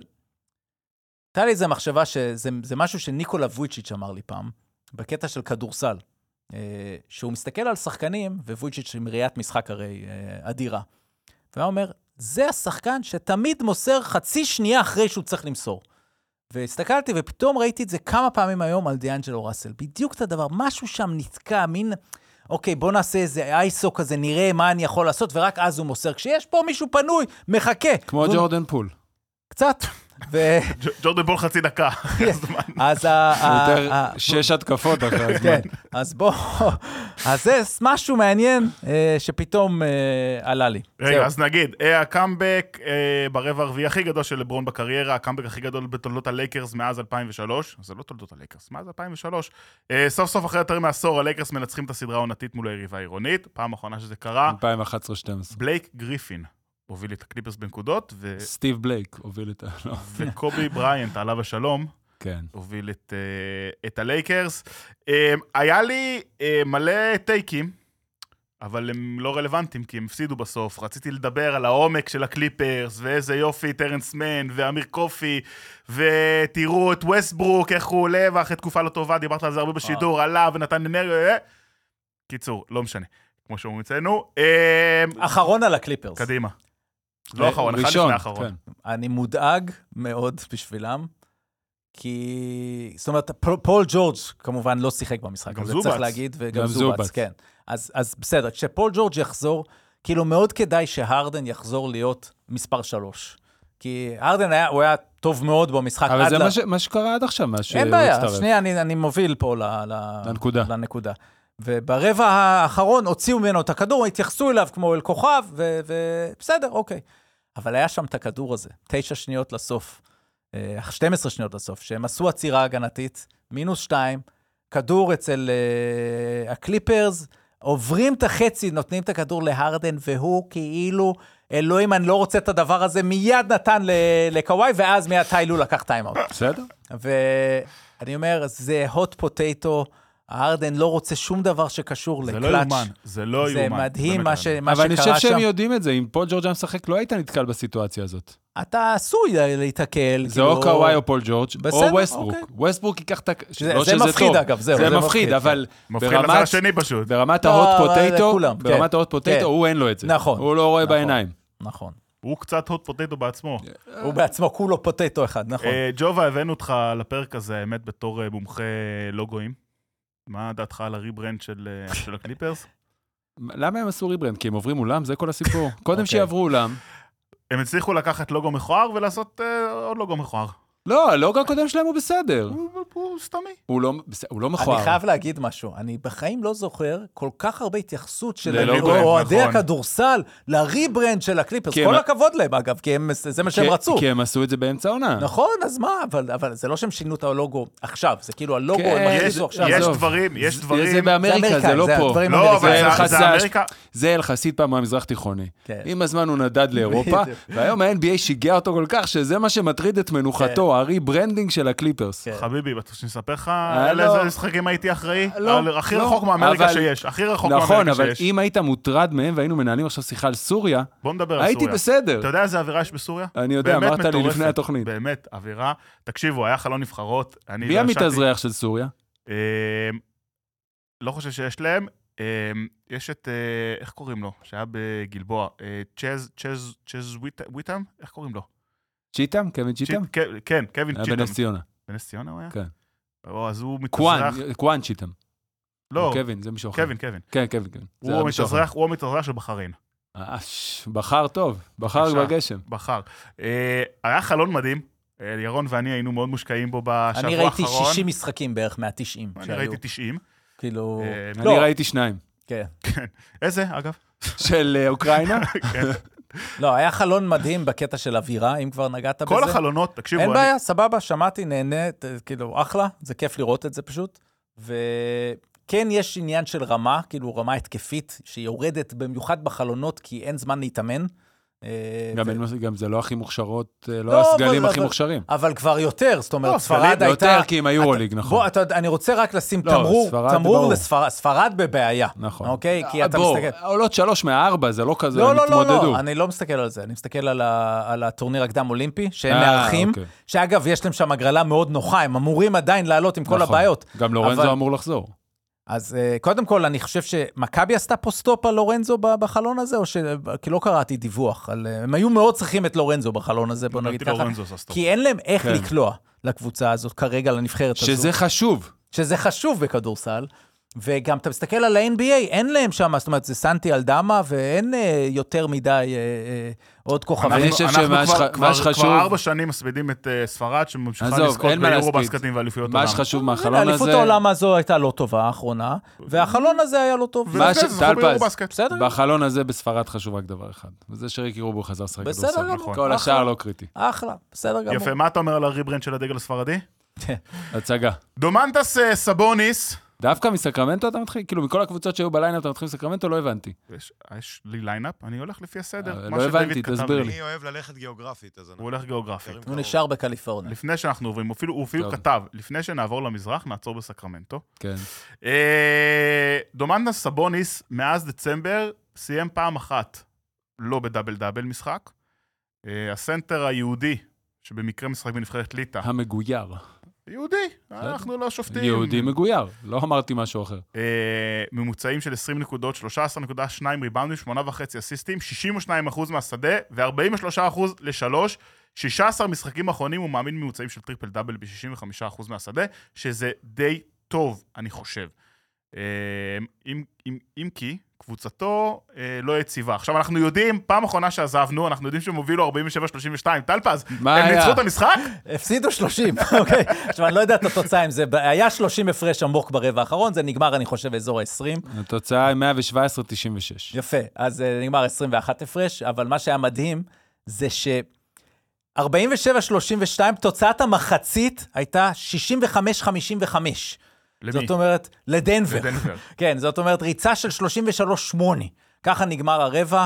S2: הייתה לי איזו מחשבה שזה זה משהו שניקולה וויצ'יץ' אמר לי פעם, בקטע של כדורסל. שהוא מסתכל על שחקנים, וויצ'יץ' עם ראיית משחק הרי אדירה. והוא אומר, זה השחקן שתמיד מוסר חצי שנייה אחרי שהוא צריך למסור. והסתכלתי, ופתאום ראיתי את זה כמה פעמים היום על דיאנג'לו ראסל. בדיוק את הדבר, משהו שם נתקע, מין, אוקיי, בוא נעשה איזה אייסו כזה, נראה מה אני יכול לעשות, ורק אז הוא מוסר. כשיש פה מישהו פנוי, מחכה.
S3: כמו ג'ורדן פול.
S2: קצת.
S1: ג'ורדן פול חצי דקה.
S2: אז
S3: יותר שש התקפות אחרי הזמן.
S2: אז בוא, אז זה משהו מעניין שפתאום עלה לי.
S1: רגע, אז נגיד, הקאמבק ברבע הרביעי הכי גדול של לברון בקריירה, הקאמבק הכי גדול בתולדות הלייקרס מאז אלפיים ושלוש, זה לא תולדות הלייקרס, מאז אלפיים ושלוש, סוף סוף אחרי יותר מעשור, הלייקרס מנצחים את הסדרה העונתית מול היריבה העירונית, פעם האחרונה שזה קרה,
S3: אלפיים ואחת עשרה שתים עשרה.
S1: בלייק גריפין הוביל את הקליפרס בנקודות, ו...
S3: סטיב בלייק הוביל את ה...
S1: וקובי בריינט, עליו השלום,
S3: כן.
S1: הוביל את, uh, את הלייקרס. Um, היה לי uh, מלא טייקים, אבל הם לא רלוונטיים, כי הם הפסידו בסוף. רציתי לדבר על העומק של הקליפרס, ואיזה יופי, טרנס מן, ואמיר קופי, ותראו את ווסטברוק, איך הוא עולה, ואחרי תקופה לא טובה, דיברת על זה הרבה בשידור, עלה ונתן אנרגיה. קיצור, לא משנה, כמו שאומרים אצלנו.
S2: אחרון על הקליפרס.
S1: קדימה. לא אחרון, אחד לפני האחרון.
S2: אני מודאג מאוד בשבילם, כי, זאת אומרת, פול ג'ורג' כמובן לא שיחק במשחק,
S1: גם
S2: זה
S1: זובץ.
S2: צריך להגיד, וגם
S3: גם
S2: זובץ,
S3: זובץ.
S2: כן. אז, אז בסדר, כשפול ג'ורג' יחזור, כאילו מאוד כדאי שהרדן יחזור להיות מספר שלוש. כי הרדן היה, הוא היה טוב מאוד במשחק.
S3: אבל זה
S2: לה...
S3: מה, ש... מה שקרה עד עכשיו, מה שהוא
S2: אין בעיה,
S3: הצטרף.
S2: שנייה, אני, אני מוביל פה ל, ל,
S3: לנקודה.
S2: לנקודה. וברבע האחרון הוציאו ממנו את הכדור, התייחסו אליו כמו אל כוכב, ובסדר, אוקיי. אבל היה שם את הכדור הזה, תשע שניות לסוף, שתים עשרה שניות לסוף, שהם עשו עצירה הגנתית, מינוס שתיים, כדור אצל uh, הקליפרס, עוברים את החצי, נותנים את הכדור להרדן, והוא כאילו, אלוהים, אני לא רוצה את הדבר הזה, מיד נתן לקוואי, ואז מיד טיילו לקח טיימאוט.
S3: בסדר.
S2: ואני אומר, זה hot potato, הארדן לא רוצה שום דבר שקשור לקלאץ'.
S1: זה לא יומן, זה לא יומן.
S2: זה מדהים מה שקרה שם.
S3: אבל אני חושב שהם יודעים את זה, אם פול ג'ורג' משחק, לא היית נתקל בסיטואציה הזאת.
S2: אתה עשוי להתקל.
S3: זה או קוואי או פול ג'ורג' או ווסטברוק. ווסטברוק ייקח את ה...
S2: זה מפחיד אגב, זהו.
S3: זה מפחיד, אבל
S1: מפחיד לצד השני פשוט.
S3: ברמת ההוט פוטטו, ברמת ההוט פוטטו, הוא אין לו את זה.
S2: נכון.
S3: הוא לא רואה בעיניים.
S2: נכון.
S1: הוא קצת הוט פוטטו בעצמו.
S2: הוא בעצמו, כולו פוטטו אחד, נכון.
S1: ג'ובה, הבאנו אותך לפרק הזה, האמת, בתור מומחה לוגויים. מה דעתך על הריברנד של הקליפרס?
S3: למה הם עשו ריברנד? כי הם עוברים אולם, זה כל הסיפור. קודם שיעברו אולם.
S1: הם הצליחו לקחת לוגו מכוער ולעשות עוד לוגו מכוער.
S3: לא, הלוגו הקודם שלהם הוא בסדר.
S1: הוא סתמי.
S3: הוא לא מכוער.
S2: אני חייב להגיד משהו. אני בחיים לא זוכר כל כך הרבה התייחסות של
S1: לריברנד,
S2: אוהדי
S1: נכון.
S2: הכדורסל לריברנד של הקליפרס.
S3: כי
S2: כל
S3: הם-
S2: הכבוד להם, אגב, כי הם- זה מה שהם רצו.
S3: כי הם עשו את זה באמצע העונה.
S2: נכון, אז מה? אבל אבל זה לא שהם שינו את הלוגו עכשיו, זה כאילו הלוגו,
S3: כן,
S2: הם
S1: יש
S2: הכניסו עכשיו.
S1: יש
S3: עזוב.
S1: דברים, יש
S3: זה-
S1: דברים...
S3: זה באמריקה, זה לא
S2: זה
S3: פה.
S2: הדברים
S1: לא, אבל
S2: אמריקאים.
S1: זה-
S3: זה
S1: זה
S3: יחסי-
S1: אמריקה...
S3: זה יחסית פעם מהמזרח תיכוני.
S2: כן.
S3: עם הזמן הוא נדד לאירופה, והיום ה-אן בי איי שיגע אותו כל כך, שזה מה שמטריד את מנוחתו, הריברנדינג של הקליפרס.
S2: כן.
S1: חביבי, בטח שנספר לך
S3: אה,
S1: על
S3: לא.
S1: איזה משחקים הייתי אחראי?
S3: לא,
S1: על- הכי
S3: לא,
S1: רחוק מאמריקה
S3: אבל-
S1: שיש, הכי רחוק
S3: נכון,
S1: מאמריקה
S3: אבל
S1: שיש.
S3: אם היית מוטרד מהם והיינו מנהלים עכשיו שיחה על סוריה,
S1: בוא נדבר על
S3: הייתי
S1: סוריה.
S3: בסדר.
S1: אתה יודע איזה אווירה יש בסוריה?
S3: אני יודע,
S1: באמת
S3: אמרת לי
S1: מטורפת.
S3: לפני התוכנית.
S1: באמת, אווירה. תקשיבו, היה חלון נבחרות. אני
S3: מי
S1: לא ישנתי-
S3: המתאזרח של סוריה?
S1: אה, לא חושב שיש להם. אה, יש את, אה, איך קוראים לו? שהיה בגלבוע. אה, צ'ז, צ'ז, צ'ז וויט- וויטם? איך קוראים לו?
S3: צ'יטם? קווין צ'יטם?
S1: צ'יט- כן, כן, קווין
S3: היה
S1: צ'יטם.
S3: בנס ציונה.
S1: בנס ציונה הוא היה?
S3: כן.
S1: או, אז הוא
S3: קוואן,
S1: מתאזרח.
S3: קוואן צ'יטם.
S1: לא,
S3: קווין, זה מישהו אחר.
S1: קווין, קווין.
S3: כן, קווין, קווין. זה
S1: הוא
S3: מישהו אחר.
S1: המתאזרח, הוא המתאזרח של בחריין.
S3: אה, ש- בחר טוב, בחר
S1: בבקשה.
S3: בגשם.
S1: בחר. אה, היה חלון מדהים. אה, ירון ואני היינו מאוד מושקעים בו בשבוע
S2: אני
S1: האחרון.
S2: ראיתי שישים משחקים בערך מה-תשעים.
S1: אני ראיתי תשעים.
S2: כאילו...
S1: אה,
S3: אני
S2: לא,
S3: ראיתי שניים.
S2: כן.
S1: איזה, אגב?
S3: של אה, אוקראינה?
S2: לא, היה חלון מדהים בקטע של אווירה, אם כבר נגעת בזה.
S1: כל החלונות, תקשיבו,
S2: אין
S1: אני-
S2: בעיה, סבבה, שמעתי, נהנה, ת- כאילו, אחלה, זה כיף לראות את זה פשוט. וכן יש עניין של רמה, כאילו רמה התקפית, שהיא יורדת במיוחד בחלונות, כי אין זמן להתאמן. אה,
S3: גם
S2: ו-
S3: אין- גם זה לא הכי מוכשרות, אה,
S2: לא,
S3: לא הסגלים
S2: אבל-
S3: הכי
S2: אבל-
S3: מוכשרים.
S2: אבל כבר יותר, זאת אומרת,
S1: לא,
S2: ספרד
S1: סגלים
S2: הייתה...
S3: יותר כי הם היורוליג,
S2: אתה-
S3: נכון.
S2: בוא, אתה, אני רוצה רק לשים
S3: לא,
S2: תמרור,
S3: ספרד,
S2: תמרור
S3: ברור.
S2: לספרד, ספרד בבעיה.
S3: נכון.
S2: אוקיי? כי אתה
S3: בוא,
S2: מסתכל...
S3: עולות שלוש מהארבע, זה לא כזה,
S2: לא,
S3: הם
S2: לא, לא,
S3: התמודדו.
S2: לא, אני לא מסתכל על זה, אני מסתכל על, ה, על הטורניר הקדם אולימפי, שהם
S3: אה,
S2: מארחים,
S3: אוקיי.
S2: שאגב, יש להם שם הגרלה מאוד נוחה, הם אמורים עדיין לעלות עם כל
S3: נכון.
S2: הבעיות.
S3: גם לורנזו
S2: אבל-
S3: אמור לחזור.
S2: אז קודם כל, אני חושב שמכבי עשתה פה סטופ על לורנזו בחלון הזה, או ש... כי לא קראתי דיווח. על... הם היו מאוד צריכים את לורנזו בחלון הזה, בוא נגיד ככה. כי אין להם איך כן. לקלוע לקבוצה הזאת, כרגע לנבחרת הזאת.
S3: שזה חשוב.
S2: שזה חשוב בכדורסל. וגם אתה מסתכל על ה-אן בי איי, אין להם שם, זאת אומרת, זה סנטי אלדמה, ואין אה, יותר מדי אה, אה, עוד כוכבים.
S3: אני חושב שמה שחשוב...
S1: כבר ארבע שנים מספידים את uh, ספרד, שממשיכה לזכות ביורו בסקטים ואליפויות עולם.
S3: מה שחשוב מהחלון הזה...
S2: אליפות העולם הזו הייתה לא טובה האחרונה, והחלון הזה היה לא טוב.
S1: ולפני זה זכו ביורו בסקט.
S3: בחלון הזה בספרד חשוב רק דבר אחד, וזה שריק רובו חזר לשחק כדורסל.
S2: בסדר גמור.
S3: כל השאר לא קריטי.
S2: אחלה, בסדר גמור.
S1: יפה, מה אתה אומר על הריברנד של הדגל הספרדי?
S3: הצגה.
S1: דומנטס סבוניס.
S3: דווקא מסקרמנטו אתה מתחיל? כאילו, מכל הקבוצות שהיו בליינאפ אתה מתחיל מסקרמנטו, לא הבנתי.
S1: יש, יש לי ליינאפ, אני הולך לפי הסדר.
S3: לא הבנתי, תסביר לי.
S4: אני אוהב ללכת גיאוגרפית.
S1: הוא הולך גיאוגרפית.
S2: הוא נשאר בקליפורניה.
S1: לפני שאנחנו עוברים, הוא אפילו כתב, לפני שנעבור למזרח, נעצור בסקרמנטו.
S3: כן.
S1: דומנטס סבוניס, מאז דצמבר, סיים פעם אחת, לא בדאבל דאבל משחק. הסנטר היהודי, שבמקרה משחק בנבחרת ליטא.
S3: המגויר.
S1: יהודי, אנחנו לא שופטים.
S3: יהודי מגויר, לא אמרתי משהו אחר.
S1: ממוצעים של עשרים נקודות, שלוש עשרה נקודה שתיים ריבאונדים, שמונה וחצי אסיסטים, שישים ושניים אחוז מהשדה, ו-ארבעים ושלושה אחוז לשלוש, שישה עשר משחקים אחרונים, הוא מאמין ממוצעים של טריפל דאבל ב-שישים וחמישה אחוז מהשדה, שזה די טוב, אני חושב. אם, אם, אם כי, קבוצתו אה, לא יציבה. עכשיו אנחנו יודעים, פעם אחרונה שעזבנו, אנחנו יודעים שהם הובילו ארבעים ושבע שלושים ושתיים. טלפז, הם ניצחו את המשחק?
S2: הפסידו שלושים, אוקיי. עכשיו אני לא יודע את התוצאה אם זה, היה שלושים הפרש עמוק ברבע האחרון, זה נגמר אני חושב אזור ה-עשרים.
S3: התוצאה היא מאה שבע עשרה תשעים ושש.
S2: יפה, אז זה נגמר עשרים ואחת הפרש, אבל מה שהיה מדהים זה ש... ארבעים ושבע שלושים ושתיים, תוצאת המחצית הייתה שישים וחמש חמישים וחמש. למי? זאת אומרת, לדנבר. לדנבר. כן, זאת אומרת, ריצה של שלושים ושלוש שמונה. ככה נגמר הרבע.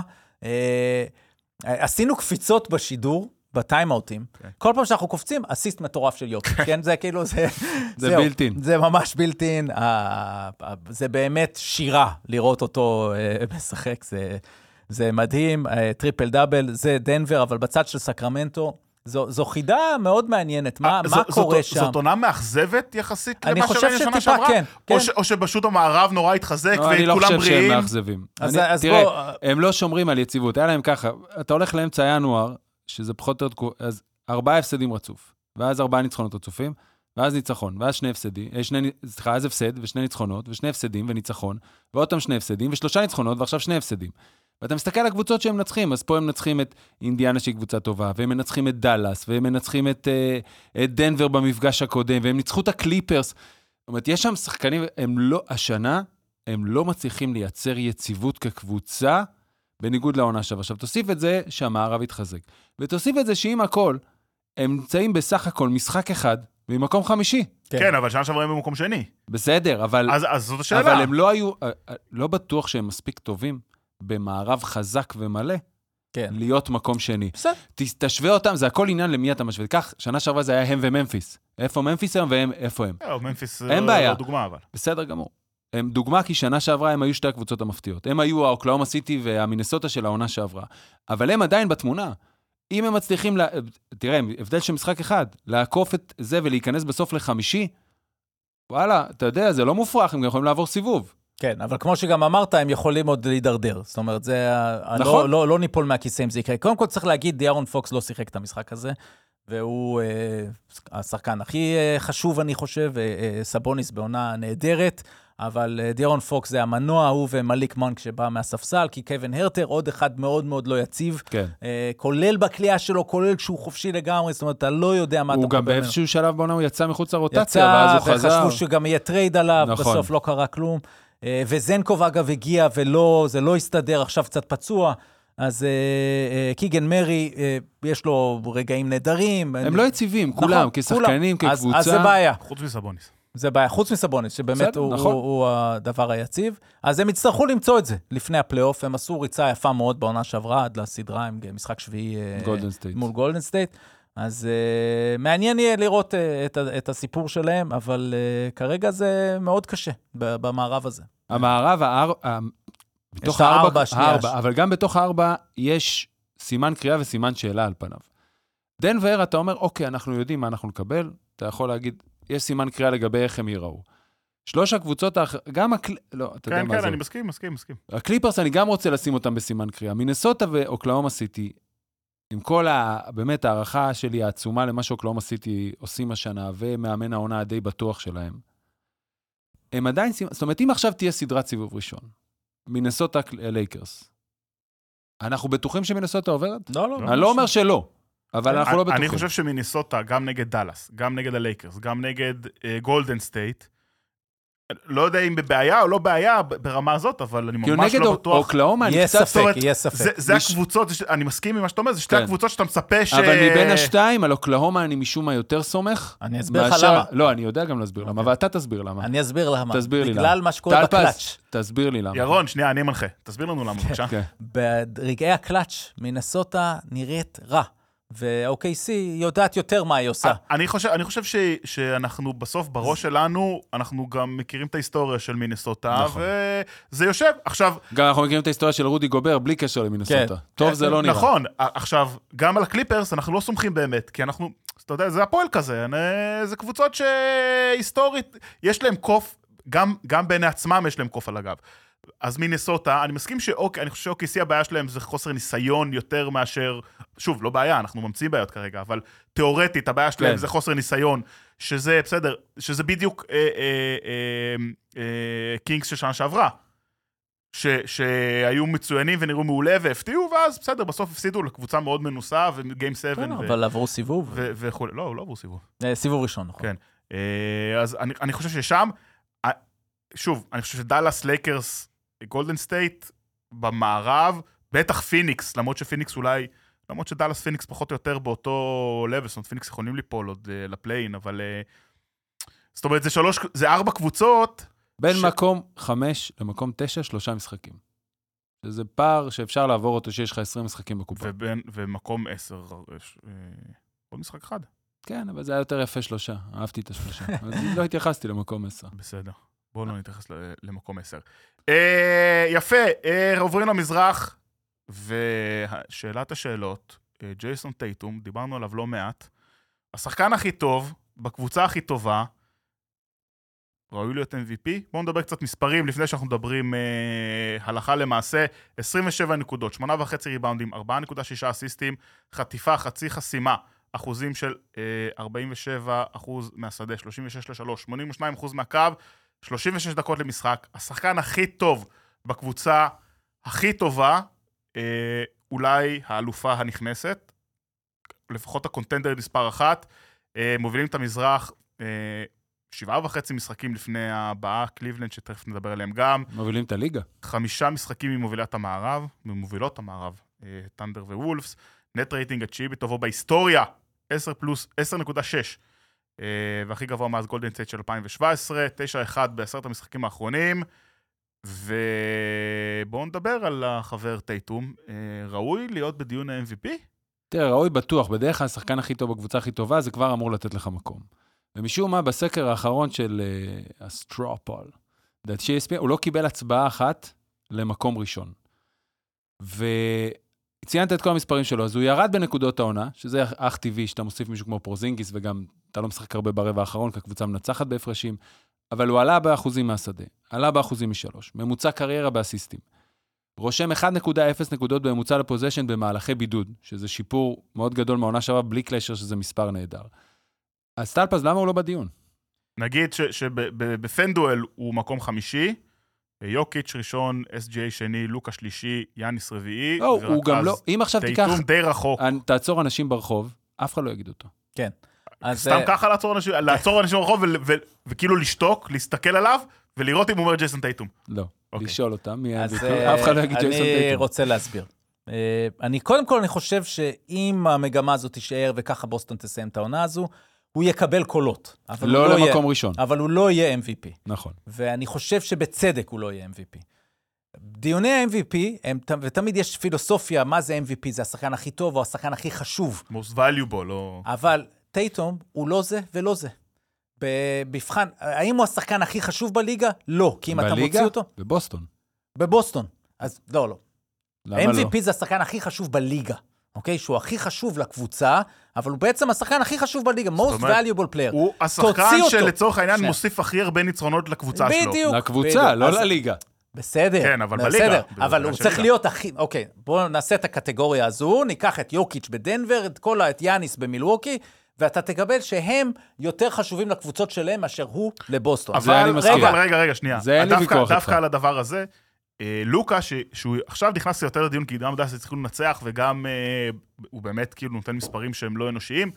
S2: אה, עשינו קפיצות בשידור, בטיימאוטים. Okay. כל פעם שאנחנו קופצים, אסיסט מטורף של יוקי. כן, זה כאילו, זה...
S3: זה בילטין.
S2: זה ממש בילטין. אה, זה באמת שירה לראות אותו אה, משחק. זה, זה מדהים. אה, טריפל דאבל, זה דנבר, אבל בצד של סקרמנטו, זו, זו חידה מאוד מעניינת, מה, מה
S1: זאת,
S2: קורה
S1: זאת,
S2: שם?
S1: זאת עונה מאכזבת יחסית
S2: אני
S1: למה
S2: חושב
S1: שראינו שנה שעברה?
S2: כן,
S1: או,
S2: כן.
S1: ש, או שפשוט המערב נורא התחזק
S3: לא,
S1: וכולם בריאים?
S3: אני לא חושב שהם מאכזבים.
S2: אז,
S3: אני,
S2: אז
S3: תראה,
S2: בוא...
S3: הם לא שומרים על יציבות, היה להם ככה, אתה הולך לאמצע ינואר, שזה פחות או יותר, אז ארבעה הפסדים רצוף, ואז ארבעה ניצחונות רצופים, ואז ניצחון, ואז שני הפסדים, שני, סליחה, אז הפסד ושני ניצחונות, ושני הפסדים וניצחון, ועוד פעם שני הפסדים, ושלושה ניצחונות, ועכשיו שני הפסדים. ואתה מסתכל על הקבוצות שהם מנצחים, אז פה הם מנצחים את אינדיאנה שהיא קבוצה טובה, והם מנצחים את דלס, והם מנצחים את, את דנבר במפגש הקודם, והם ניצחו את הקליפרס. זאת אומרת, יש שם שחקנים, הם לא, השנה, הם לא מצליחים לייצר יציבות כקבוצה, בניגוד לעונה שעברה. עכשיו, תוסיף את זה שהמערב יתחזק. ותוסיף את זה שעם הכל, הם נמצאים בסך הכל משחק אחד, במקום חמישי.
S1: כן, כן, אבל שנה שעברה הם במקום שני.
S3: בסדר, אבל...
S1: אז, אז זאת השאלה.
S3: אבל הם לא היו, לא בטוח שהם מספיק טובים, במערב חזק ומלא,
S2: כן.
S3: להיות מקום שני.
S2: בסדר.
S3: תשווה אותם, זה הכל עניין למי אתה משווה. כך, שנה שעברה זה היה הם וממפיס. איפה ממפיס היום והם, איפה הם?
S1: לא, ממפיס
S3: אין בעיה.
S1: לא דוגמה, אבל.
S3: בסדר גמור. הם דוגמה כי שנה שעברה הם היו שתי הקבוצות המפתיעות. הם היו האוקלאומה סיטי והמינסוטה של העונה שעברה. אבל הם עדיין בתמונה. אם הם מצליחים, לה... תראה, הבדל של משחק אחד, לעקוף את זה ולהיכנס בסוף לחמישי, וואלה, אתה יודע, זה לא מופרך, הם יכולים לעבור סיבוב.
S2: כן, אבל כמו שגם אמרת, הם יכולים עוד להידרדר. זאת אומרת, זה... נכון. לא, לא, לא ניפול מהכיסא אם זה יקרה. קודם כל צריך להגיד, דיארון פוקס לא שיחק את המשחק הזה, והוא אה, השחקן הכי אה, חשוב, אני חושב, אה, סבוניס בעונה נהדרת, אבל אה, דיארון פוקס זה המנוע, הוא ומליק מונק שבא מהספסל, כי קווין הרטר, עוד אחד מאוד מאוד לא יציב,
S3: כן.
S2: אה, כולל בקליעה שלו, כולל כשהוא חופשי לגמרי, זאת אומרת, אתה לא יודע מה אתה...
S3: הוא גם באיזשהו שלב בעונה, הוא יצא מחוץ לרוטציה,
S2: יצא,
S3: ואז הוא חזר.
S2: וחשבו שגם יהיה טרייד עליו,
S3: נכון.
S2: בסוף לא קרה כלום. וזנקוב אגב הגיע ולא, זה לא הסתדר, עכשיו קצת פצוע, אז אה, אה, קיגן מרי, אה, יש לו רגעים נהדרים.
S3: הם לא יציבים, כולם, נכון, כשחקנים, כולם. כקבוצה.
S2: אז, אז זה בעיה.
S1: חוץ מסבוניס.
S2: זה בעיה, חוץ מסבוניס, שבאמת
S3: בסדר,
S2: הוא,
S3: נכון.
S2: הוא, הוא הדבר היציב. אז הם יצטרכו למצוא את זה לפני הפלייאוף, הם עשו ריצה יפה מאוד בעונה שעברה, עד לסדרה עם משחק שביעי
S3: גולדן סטייט.
S2: מול גולדן סטייט. אז uh, מעניין יהיה לראות uh, את, את הסיפור שלהם, אבל uh, כרגע זה מאוד קשה במערב הזה.
S3: המערב, האר... בתוך הארבע, הארבע, אבל גם בתוך הארבע יש סימן קריאה וסימן שאלה על פניו. דנבר, אתה אומר, אוקיי, אנחנו יודעים מה אנחנו נקבל, אתה יכול להגיד, יש סימן קריאה לגבי איך הם ייראו. שלוש הקבוצות, האח... גם הקל... לא, אתה יודע
S1: כן,
S3: מה
S1: כן,
S3: זה.
S1: אני מסכים, מסכים, מסכים.
S3: הקליפרס, אני גם רוצה לשים אותם בסימן קריאה. מינסוטה ואוקלאומה סיטי, עם כל ה... באמת הערכה שלי העצומה למה שאוקלאומה סיטי עושים השנה, ומאמן העונה הדי בטוח שלהם. הם עדיין... זאת אומרת, אם עכשיו תהיה סדרת סיבוב ראשון, מינסוטה לייקרס, אנחנו בטוחים שמינסוטה עוברת?
S2: לא, לא.
S3: אני לא אומר שלא, אבל אנחנו לא בטוחים.
S1: אני חושב שמיניסוטה, גם נגד דלס, גם נגד הלייקרס, גם נגד גולדן סטייט, לא יודע אם בבעיה או לא בעיה ברמה הזאת, אבל אני ממש לא בטוח.
S3: נגד אוקלאומה, אני
S2: יש
S3: קצת...
S2: ספק, יש ספק.
S1: זה הקבוצות, אני מסכים עם מה שאתה אומר, זה שתי הקבוצות שאתה מצפה ש...
S3: אבל מבין השתיים, על אוקלהומה אני משום מה יותר סומך.
S2: אני אסביר לך למה.
S3: לא, אני יודע גם להסביר למה, ואתה תסביר למה.
S2: אני אסביר למה.
S3: תסביר לי למה.
S2: בגלל מה שקורה בקלאץ'.
S3: תסביר לי למה.
S1: ירון, שנייה, אני מנחה. תסביר לנו למה, בבקשה.
S2: ברגעי הקלאץ', מינסוטה נראית רע. ו-או קיי סי יודעת יותר מה היא עושה.
S1: אני חושב, אני חושב ש, שאנחנו בסוף בראש שלנו, אנחנו גם מכירים את ההיסטוריה של מינסוטה,
S3: נכון.
S1: וזה יושב. עכשיו...
S3: גם אנחנו מכירים את ההיסטוריה של רודי גובר, בלי קשר למינסוטה.
S2: כן.
S3: טוב, זה לא נראה.
S1: נכון. עכשיו, גם על הקליפרס אנחנו לא סומכים באמת, כי אנחנו, אתה יודע, זה הפועל כזה, זה קבוצות שהיסטורית, יש להם קוף, גם, גם בעיני עצמם יש להם קוף על הגב. אז מינסוטה, אני מסכים שאוקיי, אני חושב שאוקיי סי הבעיה שלהם זה חוסר ניסיון יותר מאשר, שוב, לא בעיה, אנחנו ממציאים בעיות כרגע, אבל תיאורטית הבעיה שלהם
S3: כן.
S1: זה חוסר ניסיון, שזה בסדר, שזה בדיוק אה, אה, אה, אה, קינגס של שנה שעברה, ש, שהיו מצוינים ונראו מעולה והפתיעו, ואז בסדר, בסוף הפסידו לקבוצה מאוד מנוסה, וגיים סבן.
S2: כן,
S1: ו...
S2: אבל עברו סיבוב.
S1: ו... וכו', לא, לא עברו סיבוב.
S2: סיבוב ראשון, נכון.
S1: כן. אה, אז אני, אני חושב ששם, שוב, אני חושב שדלס, לייקרס, גולדן סטייט, במערב, בטח פיניקס, למרות שפיניקס אולי, למרות שדלס פיניקס פחות או יותר באותו לבל, זאת אומרת, פיניקס יכולים ליפול עוד uh, לפליין, אבל... Uh, זאת אומרת, זה שלוש, זה ארבע קבוצות...
S3: בין
S1: ש...
S3: מקום חמש למקום תשע, שלושה משחקים. שזה פער שאפשר לעבור אותו שיש לך עשרים משחקים בקופה.
S1: ובין, ומקום עשר, יש, uh, עוד משחק אחד.
S3: כן, אבל זה היה יותר יפה שלושה. אהבתי את השלושה. אז לא התייחסתי למקום עשר.
S1: בסדר. בואו לא נתייחס למקום עשר. יפה, עוברים למזרח, ושאלת השאלות, ג'ייסון טייטום, דיברנו עליו לא מעט, השחקן הכי טוב, בקבוצה הכי טובה, ראוי להיות אם וי פי, בואו נדבר קצת מספרים, לפני שאנחנו מדברים הלכה למעשה, עשרים ושבע נקודות, שמונה וחצי ריבאונדים, ארבע נקודה שש אסיסטים, חטיפה, חצי חסימה, אחוזים של ארבעים ושבע אחוז מהשדה, שלושים ושש לשלוש, שמונים ושניים אחוז מהקו, שלושים ושש דקות למשחק, השחקן הכי טוב בקבוצה הכי טובה, אה, אולי האלופה הנכנסת, לפחות הקונטנדרית מספר אחת, אה, מובילים את המזרח, אה, שבעה וחצי משחקים לפני הבאה, קליבלנד, שתכף נדבר עליהם גם.
S3: מובילים את הליגה.
S1: חמישה משחקים ממובילת המערב, ממובילות המערב, אה, טנדר ווולפס, נט רייטינג התשיעי בטובו בהיסטוריה, עשר פלוס, עשר נקודה שש. Uh, והכי גבוה מאז גולדן סטייט של אלפיים שבע עשרה, תשע אחד בעשרת המשחקים האחרונים, ובואו נדבר על החבר טייטום, uh, ראוי להיות בדיון ה-אם וי פי?
S3: תראה, ראוי בטוח, בדרך כלל השחקן הכי טוב בקבוצה הכי טובה, זה כבר אמור לתת לך מקום. ומשום מה, בסקר האחרון של uh, הסטרופול, הוא לא קיבל הצבעה אחת למקום ראשון. ו... ציינת את כל המספרים שלו, אז הוא ירד בנקודות העונה, שזה אך טבעי, שאתה מוסיף מישהו כמו פרוזינגיס, וגם אתה לא משחק הרבה ברבע האחרון, כי הקבוצה מנצחת בהפרשים, אבל הוא עלה באחוזים מהשדה, עלה באחוזים משלוש, ממוצע קריירה באסיסטים. רושם אחת נקודה אפס נקודות בממוצע לפוזיישן במהלכי בידוד, שזה שיפור מאוד גדול מהעונה שעברה, בלי קלשר, שזה מספר נהדר. אז טלפז, למה הוא לא בדיון?
S1: נגיד שבפנדואל הוא מקום חמישי, יוקיץ' ראשון, אס ג'י איי שני, לוקה שלישי, יאניס רביעי,
S3: לא, הוא גם לא, אם עכשיו תיקח,
S1: טייטום די רחוק.
S3: תעצור אנשים ברחוב, אף אחד לא יגיד אותו.
S2: כן.
S1: סתם ככה לעצור אנשים, לעצור אנשים ברחוב וכאילו לשתוק, להסתכל עליו, ולראות אם הוא אומר ג'ייסון טייטום.
S3: לא, לשאול אותם,
S2: אף אחד לא יגיד ג'ייסון טייטום. אני רוצה להסביר. אני, קודם כל, אני חושב שאם המגמה הזאת תישאר וככה בוסטון תסיים את העונה הזו, הוא יקבל קולות.
S3: לא למקום ראשון.
S2: אבל הוא לא יהיה אם וי פי.
S3: נכון.
S2: ואני חושב שבצדק הוא לא יהיה אם וי פי. דיוני ה-אם וי פי, ותמיד יש פילוסופיה, מה זה אם וי פי? זה השחקן הכי טוב או השחקן הכי חשוב.
S1: most valuable, לא...
S2: אבל טייטום הוא לא זה ולא זה. בבחן, האם הוא השחקן הכי חשוב בליגה? לא. כי אם אתה מוציא אותו...
S3: בבוסטון.
S2: בבוסטון. אז לא, לא.
S3: למה
S2: אם וי פי
S3: לא?
S2: זה השחקן הכי חשוב בליגה. אוקיי? שהוא הכי חשוב לקבוצה, אבל הוא בעצם השחקן הכי חשוב בליגה, most
S1: אומרת,
S2: valuable player.
S1: הוא השחקן שלצורך העניין
S2: שנייה.
S1: מוסיף הכי הרבה ניצחונות לקבוצה שלו.
S2: בדיוק.
S3: לקבוצה,
S2: בדיוק.
S3: לא
S2: אז-
S3: לליגה.
S2: בסדר.
S1: כן, אבל
S2: בסדר,
S1: בליגה.
S2: אבל
S1: בליגה
S2: הוא
S1: של
S2: צריך
S1: ליגה.
S2: להיות הכי... אוקיי, בואו נעשה את הקטגוריה הזו, ניקח את יוקיץ' בדנבר, את כל ה... את יאניס במילווקי, ואתה תקבל שהם יותר חשובים לקבוצות שלהם מאשר הוא לבוסטון.
S3: זה אני
S1: אבל
S3: מסכים.
S1: רגע, רגע, רגע, שנייה.
S3: זה אין לי
S1: דווקא-
S3: ויכוח
S1: דווקא
S3: איתך.
S1: על הדבר הזה, אה, לוקה, ש- שהוא עכשיו נכנס יותר לדיון, כי גם דאס צריכים לנצח, וגם אה, הוא באמת כאילו נותן מספרים שהם לא אנושיים.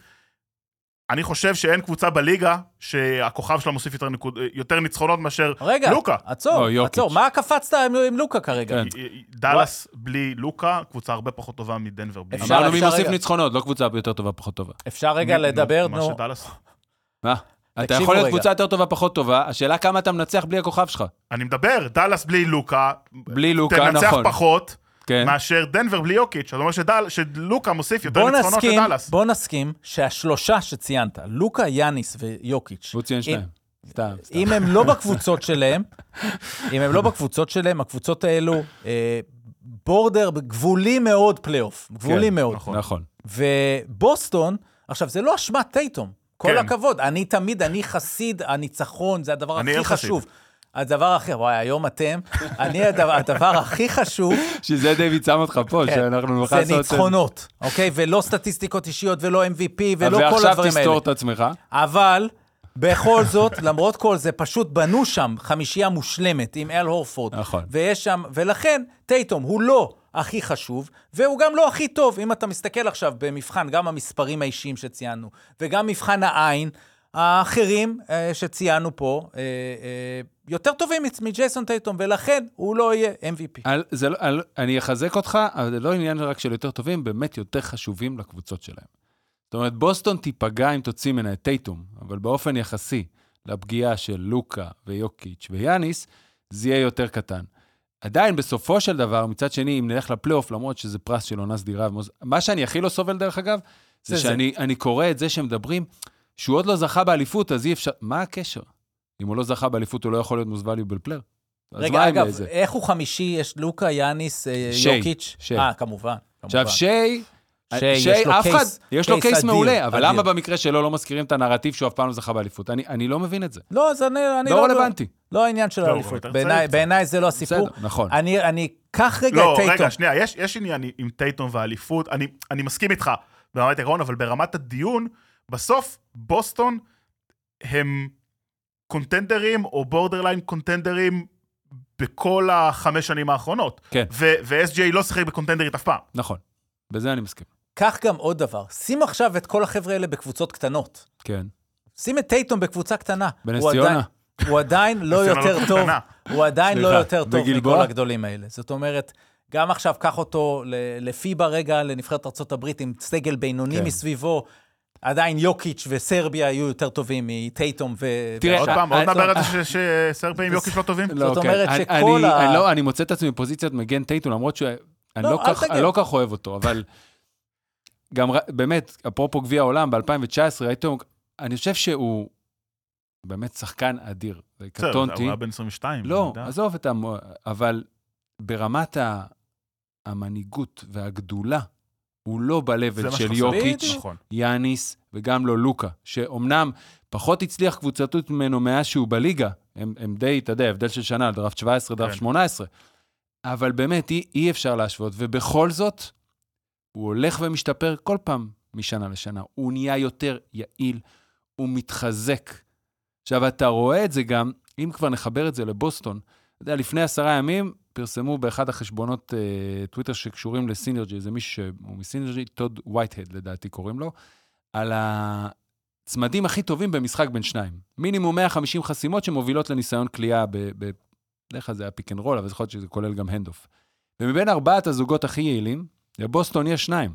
S1: אני חושב שאין קבוצה בליגה שהכוכב שלה מוסיף יותר, נקוד, יותר ניצחונות מאשר
S2: רגע,
S1: לוקה.
S2: עצור,
S3: לא, יוקיץ'.
S2: עצור. מה קפצת עם, עם לוקה כרגע?
S3: כן.
S1: דאלאס בלי לוקה, קבוצה הרבה פחות טובה מדנבר. בלי-
S2: אפשר-
S3: אמרנו מי מוסיף
S2: רגע.
S3: ניצחונות, לא קבוצה יותר טובה, פחות טובה.
S2: אפשר רגע
S1: נו,
S2: לדבר,
S1: מה
S2: נו.
S1: שדאלאס...
S3: מה? אתה
S2: תקשיבו
S3: יכול להיות
S2: רגע.
S3: קבוצה יותר טובה, פחות טובה, השאלה כמה אתה מנצח בלי הכוכב שלך.
S1: אני מדבר, דאלאס בלי לוקה,
S3: בלי לוקה,
S1: תנצח
S3: נכון.
S1: פחות
S3: כן.
S1: מאשר דנבר בלי יוקיץ'. זאת אומרת שדל- שלוקה מוסיף יותר
S2: בוא
S1: ניצחונות
S2: נסכים,
S1: לדאלאס.
S2: בוא נסכים שהשלושה שציינת, לוקה, יאניס ויוקיץ',
S3: הוא ציין שניים. סתם, סתם.
S2: אם הם לא בקבוצות שלהם, אם הם לא בקבוצות שלהם, הקבוצות האלו, אה, בורדר, גבולי מאוד פלייאוף, גבולי
S3: כן,
S2: מאוד.
S1: נכון.
S3: נכון.
S2: ובוסטון, עכשיו, זה לא אשמת טייטום, כל
S1: כן.
S2: הכבוד, אני תמיד, אני חסיד, הניצחון, זה הדבר
S1: אני
S2: הכי
S1: אין חסיד.
S2: חשוב. הדבר הכי, וואי, היום אתם, אני הדבר, הדבר הכי חשוב,
S3: שזה דיוויד שם אותך פה,
S2: כן,
S3: שאנחנו נוכל
S2: זה
S3: לעשות...
S2: ניצחונות, אוקיי? ולא סטטיסטיקות אישיות, ולא אם וי פי, ולא כל
S3: ועכשיו
S2: הדברים האלה.
S3: תסתור את עצמך.
S2: אבל, בכל זאת, למרות כל זה, פשוט בנו שם חמישייה מושלמת עם אל הורפורד.
S3: נכון.
S2: ויש שם, ולכן, טייטום הוא לא הכי חשוב, והוא גם לא הכי טוב. אם אתה מסתכל עכשיו במבחן, גם המספרים האישיים שציינו, וגם מבחן העין, האחרים אה, שציינו פה, אה, אה, יותר טובים מג'ייסון טייטום, ולכן הוא לא יהיה אם וי פי.
S3: על, זה, לא- על, אני אחזק אותך, אבל זה לא עניין רק של יותר טובים, באמת יותר חשובים לקבוצות שלהם. זאת אומרת, בוסטון תיפגע אם תוציא ממנה את טייטום, אבל באופן יחסי לפגיעה של לוקה ויוקיץ' ויאניס, זה יהיה יותר קטן. עדיין, בסופו של דבר, מצד שני, אם נלך לפלייאוף, למרות שזה פרס של עונה סדירה, ומוז... מה שאני הכי לא סובל דרך אגב, זה,
S2: זה
S3: שאני אני קורא את זה שמדברים, שהוא עוד לא זכה באליפות, אז אי אפשר... מה הקשר? אם הוא לא זכה באליפות, הוא לא יכול להיות מוזבל בלפלר.
S2: רגע, אגב, איך הוא חמישי? יש לוקה, יאניס, אה,
S3: שי,
S2: יוקיץ'?
S3: שי.
S2: אה, כמובן.
S3: עכשיו,
S2: כמובן.
S3: שי...
S2: שי, יש לו
S3: אף אחד,
S2: קייס-
S3: יש לו
S2: קייס
S3: קייס
S2: אדיר,
S3: מעולה, אבל
S2: אדיר.
S3: למה במקרה שלו לא מזכירים את הנרטיב שהוא אף פעם לא זכה באליפות? אני, אני לא מבין את זה.
S2: לא, אז אני, אני
S3: לא רלוונטי.
S2: לא העניין של
S1: לא, הוא
S2: האליפות.
S1: יותר
S2: בעיניי,
S1: צעיר קצת.
S2: בעיניי זה לא הסיפור.
S3: בסדר, נכון.
S2: אני, אני, קח רגע
S1: לא,
S2: את טייטום.
S1: רגע, שנייה, יש, יש עניין עם טייטום והאליפות, אני, אני מסכים איתך ברמת העקרון, אבל ברמת הדיון, בסוף בוסטון הם קונטנדרים או בורדרליין קונטנדרים בכל החמש שנים האחרונות.
S3: כן.
S1: ו-אס ג'יי לא שיחק בקונטנדרית אף פעם.
S3: נכון. בזה אני מסכים.
S2: קח גם עוד דבר. שים עכשיו את כל החבר'ה האלה בקבוצות קטנות.
S3: כן.
S2: שים את טייטום בקבוצה קטנה.
S3: בנס
S2: הוא
S3: ציונה.
S2: עדיין- הוא עדיין לא
S1: נס ציונה
S2: יותר
S1: לא
S2: טוב.
S1: קטנה.
S2: הוא עדיין לא
S3: סליחה,
S2: יותר טוב
S3: בגלבוע?
S2: מכל הגדולים האלה. זאת אומרת, גם עכשיו קח אותו ל- לפיבה רגע, לנבחרת ארצות הברית, עם סגל בינוני
S3: כן.
S2: מסביבו. עדיין יוקיץ' וסרביה היו יותר טובים מטייטום ו...
S3: תראה,
S1: עוד
S2: ועכשיו-
S1: פעם, עוד
S3: אני-
S1: נדבר על זה ש- שסרבי עם יוקיץ' לא טובים?
S3: לא,
S2: זאת
S3: כן.
S2: אומרת
S3: אני-
S2: שכל
S3: אני-
S2: ה-
S3: אני לא, אני מוצא את עצמי בפוזיציית מגן טייטום, למרות שאני
S2: לא,
S3: לא
S2: אל
S3: כך-
S2: תגן.
S3: אני לא כך אוהב אותו, אבל גם ר- באמת, אפרופו גביע העולם, ב-אלפיים תשע עשרה, ראיתם, אני חושב שהוא באמת שחקן אדיר.
S1: בסדר,
S3: קטונתי.
S1: הוא היה בן עשרים ושתיים.
S3: לא,
S1: אני יודע.
S3: עזוב את המ... אבל ברמת ה... המנהיגות והגדולה, הוא לא
S1: זה
S3: ב-level
S1: מה
S3: של
S1: שחסר.
S3: יוקיץ',
S2: בדיוק.
S1: נכון.
S3: יאניס וגם לא לוקה, שאומנם פחות הצליח קבוצתות ממנו מאז שהוא בליגה, הם, הם די, אתה יודע, הבדל של שנה, דראפט שבע עשרה, דראפט
S1: כן.
S3: שמונה עשרה, אבל באמת אי, אי אפשר להשוות, ובכל זאת, הוא הולך ומשתפר כל פעם משנה לשנה, הוא נהיה יותר יעיל, הוא מתחזק. עכשיו, אתה רואה את זה גם, אם כבר נחבר את זה לבוסטון, אתה יודע, לפני עשרה ימים, פרסמו באחד החשבונות אה, טוויטר שקשורים לסינרג'י, זה מישהו שהוא מסינרג'י, טוד ווייטהד לדעתי קוראים לו, על הצמדים הכי טובים במשחק בין שניים. מינימום מאה וחמישים חסימות שמובילות לניסיון קליעה, בדרך כלל זה היה פיק אנד רול, אבל זכות להיות שזה כולל גם הנדוף. ומבין ארבעת הזוגות הכי יעילים, לבוסטון יש שניים.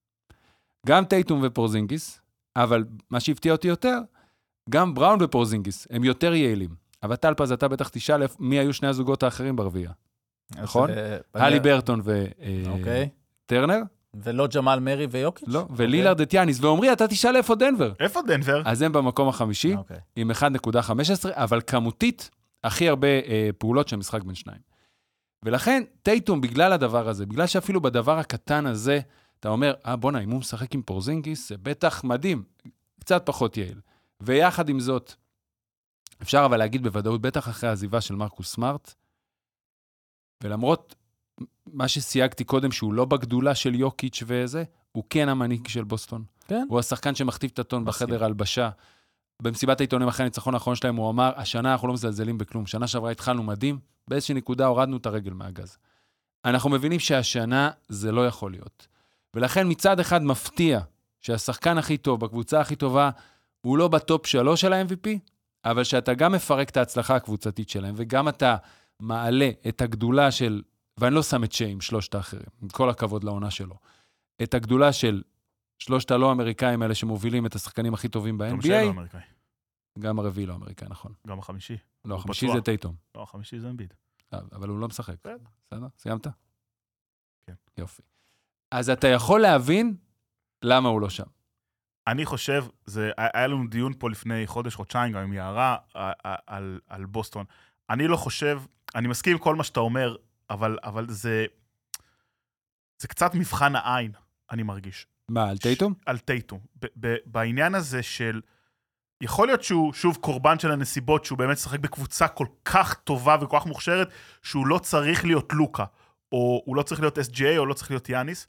S3: גם טייטום ופורזינגיס, אבל מה שהפתיע אותי יותר, גם בראון ופורזינגיס, הם יותר יעילים. אבל טלפז, אתה בטח תשאל מי היו שני הזוגות האחרים ברביעייה. נכון?
S2: אה,
S3: הלי
S2: אני-
S3: ברטון
S2: אוקיי.
S3: וטרנר?
S2: ולא ג'מאל מרי ויוקיץ'?
S3: לא, ולילארד את יאניס, ועומרי, אתה תשאל איפה דנבר.
S1: איפה דנבר?
S3: אז הם במקום החמישי,
S2: אוקיי.
S3: עם אחת נקודה חמש עשרה, אבל כמותית, הכי הרבה אה, פעולות של משחק בין שניים. ולכן, טייטום, בגלל הדבר הזה, בגלל שאפילו בדבר הקטן הזה, אתה אומר, אה, בונה, אם הוא משחק עם פורזינגיס, זה בטח מדהים, קצת פחות יעיל. ויחד עם זאת, אפשר אבל להגיד בוודאות, בטח אחרי העזיבה של מרקוס סמארט, ולמרות מה שסייגתי קודם, שהוא לא בגדולה של יוקיץ' וזה, הוא כן המנהיג של בוסטון.
S2: כן.
S3: הוא השחקן שמכתיב את הטון בחדר ההלבשה. במסיבת העיתונים אחרי הניצחון האחרון שלהם, הוא אמר, השנה אנחנו לא מזלזלים בכלום. שנה שעברה התחלנו מדהים, באיזושהי נקודה הורדנו את הרגל מהגז. אנחנו מבינים שהשנה זה לא יכול להיות. ולכן מצד אחד מפתיע שהשחקן הכי טוב, בקבוצה הכי טובה, הוא לא בטופ שלוש של ה-אם וי פי, אבל שאתה גם מפרק את ההצלחה הקבוצתית שלהם, וגם אתה מעלה את הגדולה של, ואני לא שם את שי עם שלושת האחרים, עם כל הכבוד לעונה שלו, את הגדולה של שלושת הלא אמריקאים האלה שמובילים את השחקנים הכי טובים ב-אן בי איי.
S1: גם אמריקאי.
S3: גם הרביעי לא אמריקאי, נכון.
S1: גם החמישי.
S3: לא, החמישי זה טייטום.
S1: לא, החמישי זה אמביד.
S3: אבל הוא לא משחק. בסדר? סיימת?
S1: כן.
S3: יופי. אז אתה יכול להבין למה הוא לא שם.
S1: אני חושב, זה, היה לנו דיון פה לפני חודש, חודשיים, גם עם יערה, על, על בוסטון. אני לא חושב, אני מסכים עם כל מה שאתה אומר, אבל, אבל זה, זה קצת מבחן העין, אני מרגיש.
S3: מה, על טייטום?
S1: ש, על טייטום. ב, ב, בעניין הזה של, יכול להיות שהוא שוב קורבן של הנסיבות, שהוא באמת שחק בקבוצה כל כך טובה וכל כך מוכשרת, שהוא לא צריך להיות לוקה, או הוא לא צריך להיות אס ג'י איי, או לא צריך להיות יאניס.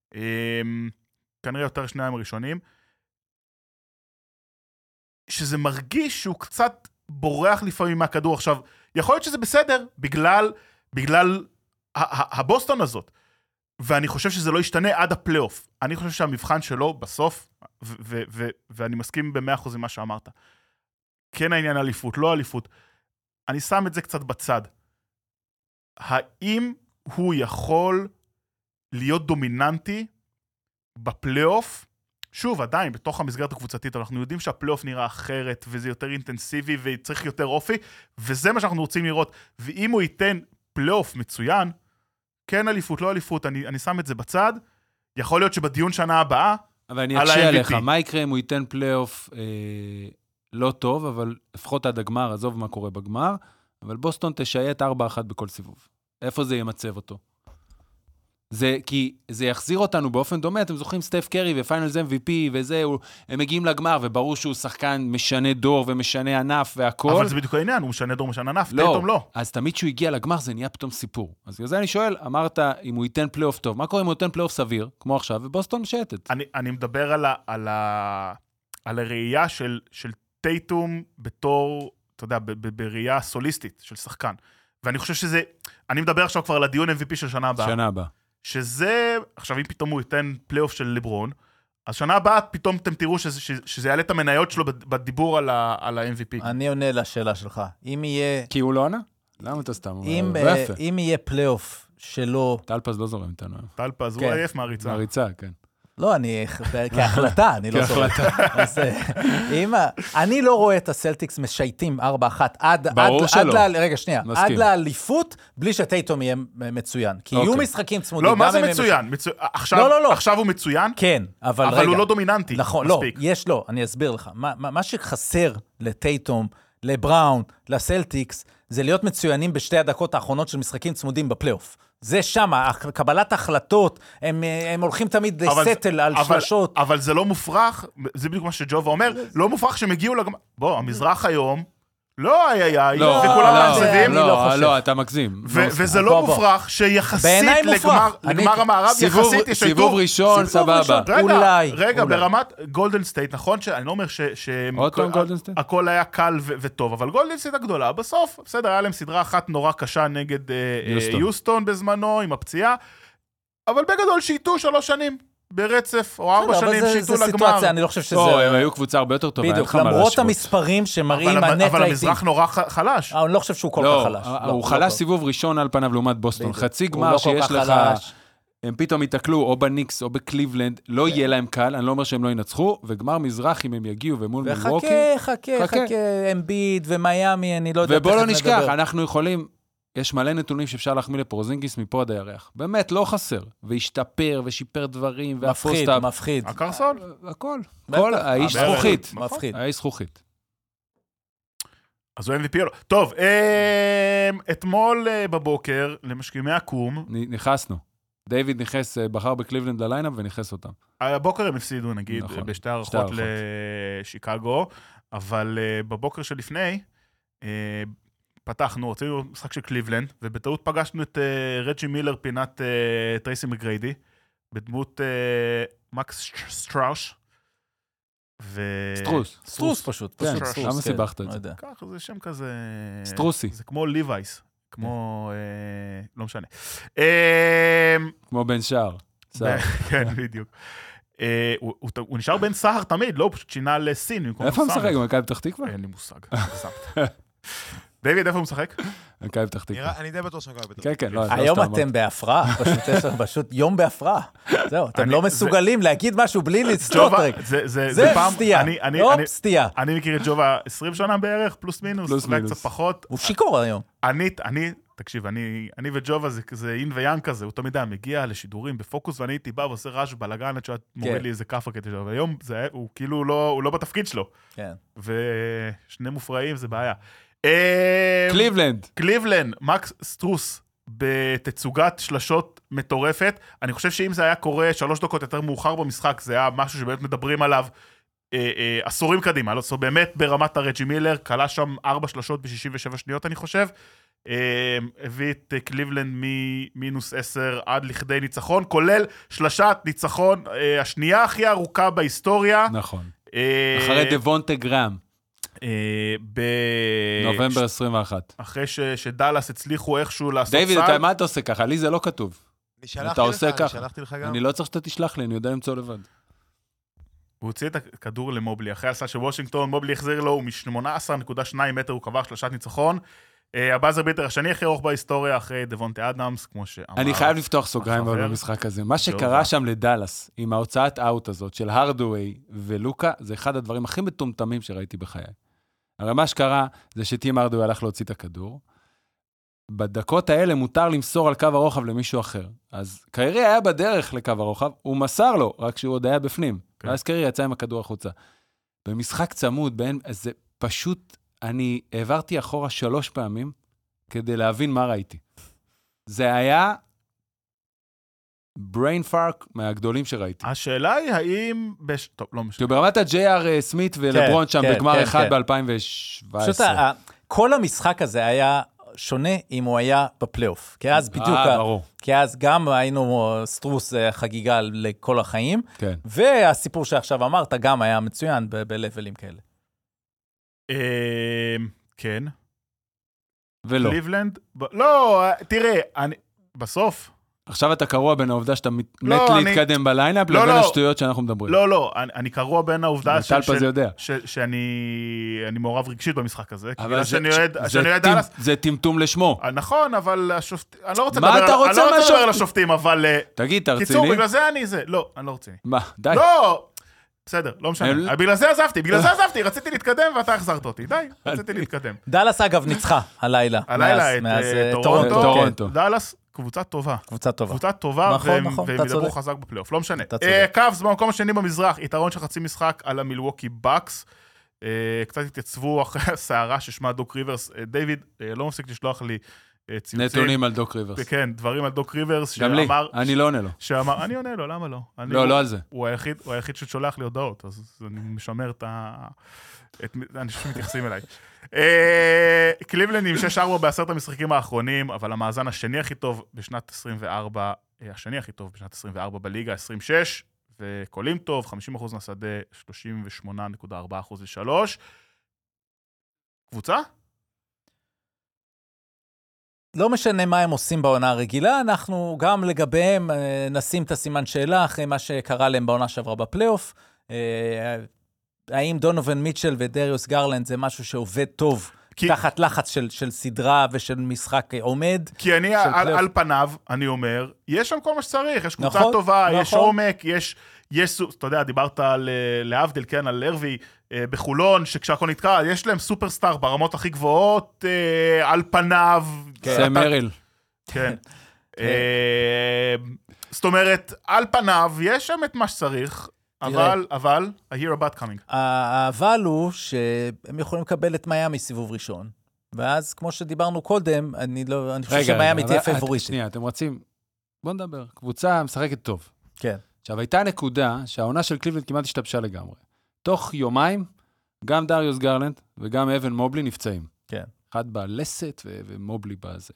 S1: כנראה יותר שניים הראשונים. שזה מרגיש שהוא קצת בורח לפעמים מהכדור. עכשיו, יכול להיות שזה בסדר, בגלל, בגלל הבוסטון הזאת. ואני חושב שזה לא ישתנה עד הפלייאוף. אני חושב שהמבחן שלו בסוף, ו- ו- ו- ואני מסכים במאה אחוז עם מה שאמרת. כן העניין אליפות, לא אליפות. אני שם את זה קצת בצד. האם הוא יכול להיות דומיננטי בפלייאוף? שוב, עדיין, בתוך המסגרת הקבוצתית, אנחנו יודעים שהפלייאוף נראה אחרת, וזה יותר אינטנסיבי, וצריך יותר אופי, וזה מה שאנחנו רוצים לראות. ואם הוא ייתן פלייאוף מצוין, כן אליפות, לא אליפות, אני, אני שם את זה בצד, יכול להיות שבדיון שנה הבאה,
S3: אבל אני אקשה עליך, מה יקרה אם הוא ייתן פלייאוף אה, לא טוב, אבל לפחות עד הגמר, עזוב מה קורה בגמר, אבל בוסטון תשייט ארבע אחת בכל סיבוב. איפה זה ימצב אותו? זה, כי זה יחזיר אותנו באופן דומה, אתם זוכרים סטף קרי ופיינלס אם וי פי וזה, הם מגיעים לגמר, וברור שהוא שחקן משנה דור ומשנה ענף והכל.
S1: אבל זה בדיוק העניין, הוא משנה דור, משנה ענף,
S3: לא,
S1: טייטום לא.
S3: אז תמיד שהוא הגיע לגמר זה נהיה פתאום סיפור. אז בגלל זה אני שואל, אמרת, אם הוא ייתן פלייאוף טוב, מה קורה אם הוא ייתן פלייאוף סביר, כמו עכשיו, ובוסטון משייטת?
S1: אני, אני מדבר על, ה, על, ה, על הראייה של, של טייטום בתור, אתה יודע, ב, ב, בראייה סוליסטית של שחקן. ואני חושב שזה, אני מדבר עכשיו כבר על הדיון אם וי פי של שנה הבאה.
S3: שנה הבאה.
S1: שזה, עכשיו אם פתאום הוא ייתן פלייאוף של לברון, אז שנה הבאה פתאום אתם תראו שזה, שזה יעלה את המניות שלו בדיבור על ה-אם וי פי.
S2: אני עונה לשאלה שלך. אם יהיה...
S3: כי הוא לא עונה? למה אתה סתם?
S2: אם,
S3: לא יפה.
S2: אם יהיה פלייאוף שלו...
S3: טלפז לא זורם איתנו.
S1: טלפז,
S2: כן.
S1: הוא עייף מהריצה.
S3: מהריצה, כן.
S2: לא, אני... כהחלטה, אני לא זורם. אז, אם... אני לא רואה את הסלטיקס משייטים ארבע אחת עד...
S3: ברור
S2: עד,
S3: שלא.
S2: עד ל... רגע, שנייה.
S3: מסכים.
S2: עד לאליפות, בלי שטייטום יהיה מצוין. כי יהיו
S3: אוקיי.
S2: משחקים צמודים.
S1: לא, מה זה
S2: גם אם הם
S1: מצוין? מצו... עכשיו,
S2: לא, לא, לא.
S1: עכשיו הוא מצוין,
S2: כן, אבל,
S1: אבל
S2: רגע.
S1: הוא לא דומיננטי.
S2: נכון,
S1: מספיק.
S2: לא, יש לו, אני אסביר לך. מה, מה, מה שחסר לטייטום, לבראון, לסלטיקס, זה להיות מצוינים בשתי הדקות האחרונות של משחקים צמודים בפלייאוף. זה שם, קבלת החלטות, הם, הם הולכים תמיד לסטל על
S1: אבל,
S2: שלשות.
S1: אבל זה לא מופרך, זה בדיוק מה שג'ובה אומר, לא מופרך שהם הגיעו לגמר. בוא, המזרח היום, לא איי איי איי,
S3: לא,
S1: וכולם
S2: לא,
S1: מעצבים,
S2: אני לא
S3: לא,
S2: חושב.
S3: לא, אתה מגזים.
S1: ו-
S3: לא,
S1: וזה
S2: בוא,
S1: לא
S2: בוא.
S1: מופרך שיחסית
S2: בעיניי
S1: לגמר,
S2: מופרך.
S1: לגמר
S2: אני-
S1: המערב,
S3: סיבוב-
S1: יחסית יש
S3: סיבוב ראשון,
S2: סיבוב
S3: סבבה.
S2: ראשון.
S1: רגע,
S2: אולי,
S1: רגע,
S2: אולי.
S1: ברמת גולדן סטייט, נכון שאני לא אומר ש... ש-
S3: עוד פעם גולדן סטייט?
S1: הכל היה קל ו- וטוב, אבל גולדן סטייט הגדולה, בסוף, בסדר, היה להם סדרה אחת נורא קשה נגד אה, אה,
S3: יוסטון.
S1: יוסטון בזמנו, עם הפציעה, אבל בגדול שייטו שלוש שנים ברצף, או ארבע
S2: בסדר, אבל
S1: שנים
S2: זה-
S1: שייטו
S2: זה
S1: לגמר.
S2: סיטואציה, אני לא חושב שזה...
S3: לא, הם היו קבוצה הרבה יותר טובה.
S2: בדיוק,
S3: אין לך מה
S2: למרות
S3: להשוות.
S2: המספרים שמראים
S1: אבל,
S2: הנט
S1: אבל
S2: רייטינג.
S1: המזרח נורא ח- חלש.
S2: אה, אני לא חושב שהוא כל
S3: לא,
S2: כך חלש. לא,
S3: הוא
S2: לא
S3: חלש
S2: כל-
S3: סיבוב ראשון על פניו לעומת בוסטון.
S2: בדיוק.
S3: חצי
S2: הוא
S3: גמר
S2: לא כל
S3: שיש
S2: כך
S3: לך,
S2: חלש.
S3: הם פתאום יתקלו או בניקס או בקליבלנד, לא יהיה להם קל, אני לא אומר שהם לא ינצחו, וגמר מזרח אם הם יגיעו ומול מילווקי.
S2: וחכה, חכה,
S3: חכה.
S2: חכה, אמביד ומיימי, אני לא יודע...
S3: ובוא לא
S2: תכף
S3: נשכח,
S2: נדבר.
S3: אנחנו יכולים, יש מלא נתונים שאפשר להחמיא לפורזינגיס מפה עד הירח. באמת, לא חסר. והשתפר ושיפר דברים,
S2: מפחיד,
S3: והפוסט-אפ.
S2: מפחיד.
S1: הקרסול?
S3: הכל.
S2: בטח.
S3: כל האיש
S1: בערך.
S3: זכוכית.
S2: מפחיד.
S3: האיש זכוכית.
S1: אז הוא אם וי פי או לא. טוב, אה, אתמול אה, בבוקר, למשכימי הקום,
S3: נ- נכנסנו. דיוויד נכנס, בחר בקליבלנד לליינאפ ונכנס אותם.
S1: הבוקר הם הפסידו, נגיד,
S3: נכון.
S1: בשתי הערכות
S3: הערכות.
S1: לשיקגו, אבל uh, בבוקר שלפני, uh, פתחנו, רצינו משחק של קליבלנד, ובטעות פגשנו את uh, רג'י מילר, פינת uh, טרייסי מגריידי, בדמות uh, מקס סטראוש. ו...
S3: סטרוס.
S2: סטרוס פשוט.
S3: כן,
S2: פשוט
S3: למה
S2: סטרוס,
S3: סיבכת
S2: כן,
S3: את
S2: לא
S3: זה?
S2: יודע.
S1: ככה, זה שם כזה...
S3: סטרוסי.
S1: זה כמו ליווייס, כמו... אה, לא משנה. אה,
S3: כמו בן שער. שער.
S1: כן, בדיוק. אה, הוא- הוא הוא נשאר בן סהר תמיד, לא, הוא פשוט שינה לסין. במקום
S3: איפה הוא
S1: סמך.
S3: משחק? במכבי פתח תקווה?
S1: אין לי מושג. הגזמת. דיוויד, איפה הוא משחק?
S3: מכבי פתח תקווה.
S4: נראה- אני די בטוח שאני אקבל בטוח.
S3: כן, כן, לא, לא
S2: היום
S3: סתם
S2: אתם בהפרעה, פשוט יש לך פשוט יום בהפרעה. זהו, אתם
S1: אני-
S2: לא
S1: זה-
S2: מסוגלים להגיד משהו בלי לסטות
S1: ג'ובה,
S2: רגע.
S1: זה- זה
S2: זה
S1: זה פעם...
S2: סטייה,
S1: אני- אני-
S2: לא
S1: אני-
S2: סטייה.
S1: אני מכיר את ג'ובה עשרים שנה בערך, פלוס מינוס,
S3: פלוס
S1: אולי
S3: מינוס.
S1: קצת פחות.
S2: הוא שיכור היום.
S1: אני, אני, תקשיב, אני, אני וג'ובה זה כזה אין ויאן כזה, הוא תמיד היה מגיע לשידורים בפוקוס, ואני הייתי בא ועושה רעש בלגן עד שאת מוריד לי איזה כף הקטע שלו, והיום זה, היה- הוא כאילו לא, הוא לא בתפקיד שלו,
S2: כן.
S1: ושני מופרעים זה בעיה. אה,
S3: קליבלנד.
S1: קליבלנד, מקס סטרוס, בתצוגת שלשות מטורפת, אני חושב שאם זה היה קורה שלוש דקות יותר מאוחר במשחק, זה היה משהו שבאמת מדברים עליו, אה, אה, עשורים קדימה, לא, זאת באמת ברמת הרג'י מילר, קלה שם ארבע שלשות ב-שישים ושבע שניות, אני חושב, אה, הביא את אה, קליבלנד ממינוס עשר עד לכדי ניצחון, כולל שלשת ניצחון, אה, השנייה הכי ארוכה בהיסטוריה.
S3: נכון.
S1: אה,
S3: אחרי דוונטה גרם,
S1: אה, ב...
S3: נובמבר עשרים ואחת.
S1: אחרי ש, שדלס הצליחו איכשהו לעשות
S3: דיוויד,
S1: צעד.
S3: אתה- מה אתה עושה ככה? לי זה לא כתוב.
S4: אני שלחתי
S3: אתה
S4: לך,
S3: עושה
S4: אני
S3: ככה.
S4: שלחתי לך גם.
S3: אני לא צריך שאתה תשלח לי, אני יודע למצוא לבד.
S1: הוא הוציא את הכדור למובלי, אחרי הסל של וושינגטון, מובלי החזיר לו, הוא מ-שמונה עשרה נקודה שתיים מטר, הוא קבע שלושת ניצחון. אה, הבאזר ביטר השני הכי ארוך בהיסטוריה, אחרי דבונטה אדמס, כמו שאמר.
S3: אני חייב לפתוח סוגריים
S1: החבר.
S3: במשחק הזה. מה
S1: ג'ובה.
S3: שקרה שם לדלס, עם ההוצאת אאוט הזאת של הרדווי ולוקה, זה אחד הדברים הכי מטומטמים שראיתי בחיי. הרי מה שקרה זה שטים הרדווי הלך להוציא את הכדור, בדקות האלה מותר למסור על קו הרוחב למישהו אחר. אז קיירי היה בדרך לקו הרוחב, הוא מסר לו, רק שהוא עוד היה בפנים.
S1: כן.
S3: ואז קיירי יצא עם הכדור החוצה. במשחק צמוד, בין, אז זה פשוט, אני העברתי אחורה שלוש פעמים, כדי להבין מה ראיתי. זה היה brain fart מהגדולים שראיתי.
S1: השאלה היא האם... בש... טוב, לא משנה.
S3: כאילו ברמת ה-ג'יי אר סמית ולברון שם
S2: כן,
S3: בגמר
S2: כן,
S3: אחד
S2: כן.
S3: ב-אלפיים שבע עשרה.
S2: פשוט ה- ה- כל המשחק הזה היה שונה אם הוא היה בפלייאוף. כי אז בדיוק,
S3: אה,
S2: ה-
S3: ברור.
S2: כי אז גם היינו סטרוס אה, חגיגה לכל החיים,
S3: כן.
S2: והסיפור שעכשיו אמרת גם היה מצוין ב- בלבלים כאלה.
S1: אה, כן.
S3: ולא.
S1: קליבלנד? ב- לא, תראה, אני... בסוף...
S3: עכשיו אתה קרוע בין העובדה שאתה מת
S1: לא,
S3: מת
S1: אני-
S3: להתקדם בליינאפ,
S1: לא,
S3: לבין
S1: לא.
S3: השטויות שאנחנו מדברים.
S1: לא, לא, אני, אני קרוע בין העובדה
S3: טל פז יודע.
S1: ש, שאני אני מעורב רגשית במשחק הזה, כי
S3: אבל
S1: בגלל
S3: זה-
S1: שאני אוהד,
S3: זה
S1: שאני אוהד
S3: טים-
S1: דאלאס.
S3: זה טמטום לשמו.
S1: אה, נכון, אבל השופט... אני לא רוצה
S3: מה
S1: לדבר
S3: אתה
S1: על-
S3: רוצה
S1: אני לא רוצה לדבר
S3: מהשופטים?
S1: על השופטים, אבל... אה,
S3: תגיד, אתה
S1: קיצור,
S3: רציני?
S1: בגלל זה אני זה... לא, אני לא רציני.
S3: מה, די.
S1: לא! בסדר, לא משנה.
S3: אל-
S1: בגלל זה עזבתי, בגלל זה עזבתי, רציתי להתקדם ואתה החזרת אותי. די, רציתי להתקדם.
S2: דאלאס אגב ניצחה הלילה.
S1: הלילה
S2: מאז-
S1: את
S2: מאז,
S1: אה,
S2: אה,
S1: טורונטו.
S3: טורונטו.
S1: דאלאס, קבוצה טובה.
S2: קבוצה טובה.
S1: קבוצה טובה,
S2: נכון,
S1: והם
S2: נכון,
S1: והם
S2: אתה
S1: ידברו
S2: צודק.
S1: חזק בפלייאוף, לא משנה.
S2: אתה צודק.
S1: אה, קאבס במקום השני במזרח, יתרון של חצי משחק על המילווקי בקס. אה, קצת התייצבו אחרי הסערה ששמה דוק ריברס. אה, דיוויד אה, לא מפסיק לשלוח לי אה, ציוצים.
S3: נתונים על דוק ריברס.
S1: כן, דברים על דוק ריברס.
S3: גם לי,
S1: שאמר-
S3: אני לא עונה לו.
S1: שאמר, אני עונה לו, למה לא? אני-
S3: לא, לא על זה.
S1: הוא היחיד, הוא היחיד ששולח לי הודעות, אז אני משמר את ה... את... אנשים שמתייחסים אליי. אה, קליבלנד עם שש ארבע בעשרת המשחקים האחרונים, אבל המאזן השני הכי טוב בשנת עשרים וארבע, אה, השני הכי טוב בשנת עשרים וארבע בליגה, עשרים ושש, וקולים טוב, חמישים אחוז מהשדה, שלושים ושמונה נקודה ארבע אחוז לשלוש. קבוצה?
S2: לא משנה מה הם עושים בעונה הרגילה, אנחנו גם לגביהם אה, נשים את הסימן שאלה אחרי מה שקרה להם בעונה שעברה בפלייאוף. אה, האם דונובין מיטשל ודריוס גרלנד זה משהו שעובד טוב
S1: כי-
S2: תחת לחץ של, של סדרה ושל משחק אה, עומד?
S1: כי אני,
S2: של
S1: על,
S2: פלייאוף.
S1: על פניו, אני אומר, יש שם כל מה שצריך, יש קבוצה
S2: נכון,
S1: טובה, יש
S2: נכון.
S1: עומק, יש, יש, סו- אתה יודע, דיברת על, אה, להבדיל, כן, על ארווי אה, בחולון, שכשהכל נתקע, יש להם סופרסטאר ברמות הכי גבוהות, אה, על פניו.
S3: סם
S1: אתה-
S3: מריל.
S1: כן. אה, זאת אומרת, על פניו, יש שם את מה שצריך, אבל, אבל, I hear about coming.
S2: האבל הוא שהם יכולים לקבל את מיאמי סיבוב ראשון, ואז כמו שדיברנו קודם, אני, לא, אני חושב
S3: רגע,
S2: שמיאמי
S3: רגע,
S2: תהיה
S3: אבל-
S2: פייבוריטית.
S3: שנייה, אתם רוצים... בוא נדבר. קבוצה משחקת טוב.
S2: כן.
S3: עכשיו, הייתה נקודה שהעונה של קליבלנד כמעט השתבשה לגמרי. תוך יומיים, גם דריוס גרלנד וגם אבן מובלי נפצעים.
S2: כן.
S3: אחד בלסת ו- ומובלי בזה.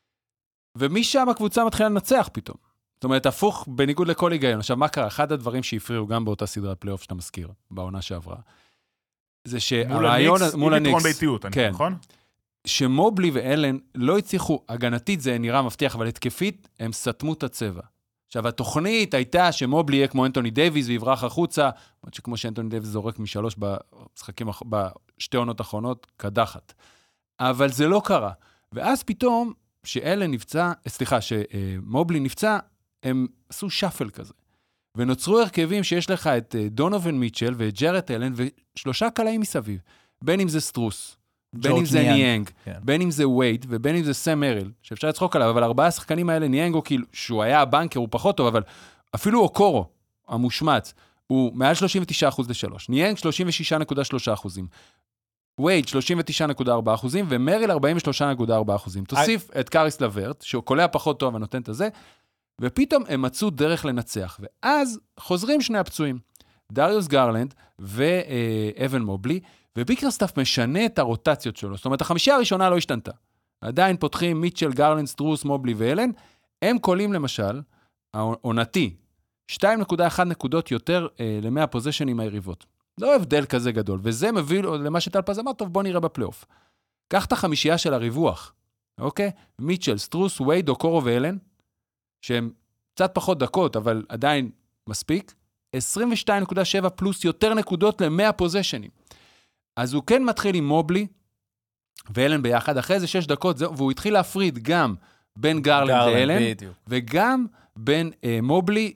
S3: ומשם הקבוצה מתחילה לנצח פתאום. זאת אומרת, הפוך בניגוד לכל היגיון. עכשיו, מה קרה? אחד הדברים שהפריעו גם באותה סדרת פלייאוף שאתה מזכיר, בעונה שעברה, זה שהרעיון...
S1: מול הניקס, עם יתרון ביתיות,
S3: כן.
S1: נכון?
S3: שמובלי ואלן לא הצליחו, הגנתית זה נראה מבטיח, אבל התקפית, הם סתמו את הצבע. עכשיו, התוכנית הייתה שמובלי יהיה כמו אנטוני דייביס ויברח החוצה, עוד שכמו שאנטוני דייביס זורק משלוש במשחקים, בשתי עונות האחרונות, קדחת. אבל זה לא קרה. ואז פתאום, שאלן נפצע, סליחה, שמובלי נפצע, הם עשו שפל כזה. ונוצרו הרכבים שיש לך את דונובין מיטשל ואת ג'רד אלן, ושלושה קלעים מסביב. בין אם זה סטרוס, בין אם זה ניאנג, בין אם זה וייד, ובין אם זה סם מריל, שאפשר לצחוק עליו, אבל ארבעה השחקנים האלה, ניאנג הוא כאילו, שהוא היה הבנקר, הוא פחות טוב, אבל אפילו אוקורו, המושמץ, הוא מעל שלושים ותשעה אחוז לשלוש. ניאנג שלושים ושש נקודה שלוש אחוזים. וייד שלושים ותשע נקודה ארבע אחוזים, ומריל ארבעים ושלוש נקודה ארבע אחוזים. תוסיף את קאריס לברט, שהוא קולע פחות טוב ונותן את זה, ופתאום הם מצאו דרך לנצח. ואז חוזרים שני הפצועים, דריוס גרלנד ואבן מובלי, וביקרסטאפ משנה את הרוטציות שלו. זאת אומרת, החמישייה הראשונה לא השתנתה. עדיין פותחים מיטשל, גרלנד, סטרוס, מובלי ואלן. הם קולים למשל, העונתי, שתיים נקודה אחת נקודות יותר אה, ל-מאה פוזישנים היריבות. לא הבדל כזה גדול. וזה מביא למה שטל פז אמר, טוב, בוא נראה בפלייאוף. קח את החמישייה של הריווח, אוקיי? מיטשל, סטרוס, וייד, אוקורו ואלן, שהם קצת פחות דקות, אבל עדיין מספיק, עשרים ושתיים נקודה שבע פלוס יותר נקודות ל-מאה פוזישנים. אז הוא כן מתחיל עם מובלי ואלן ביחד, אחרי זה שש דקות, זה, והוא התחיל להפריד גם בין גרלנד לאלן, וגם בין אה, מובלי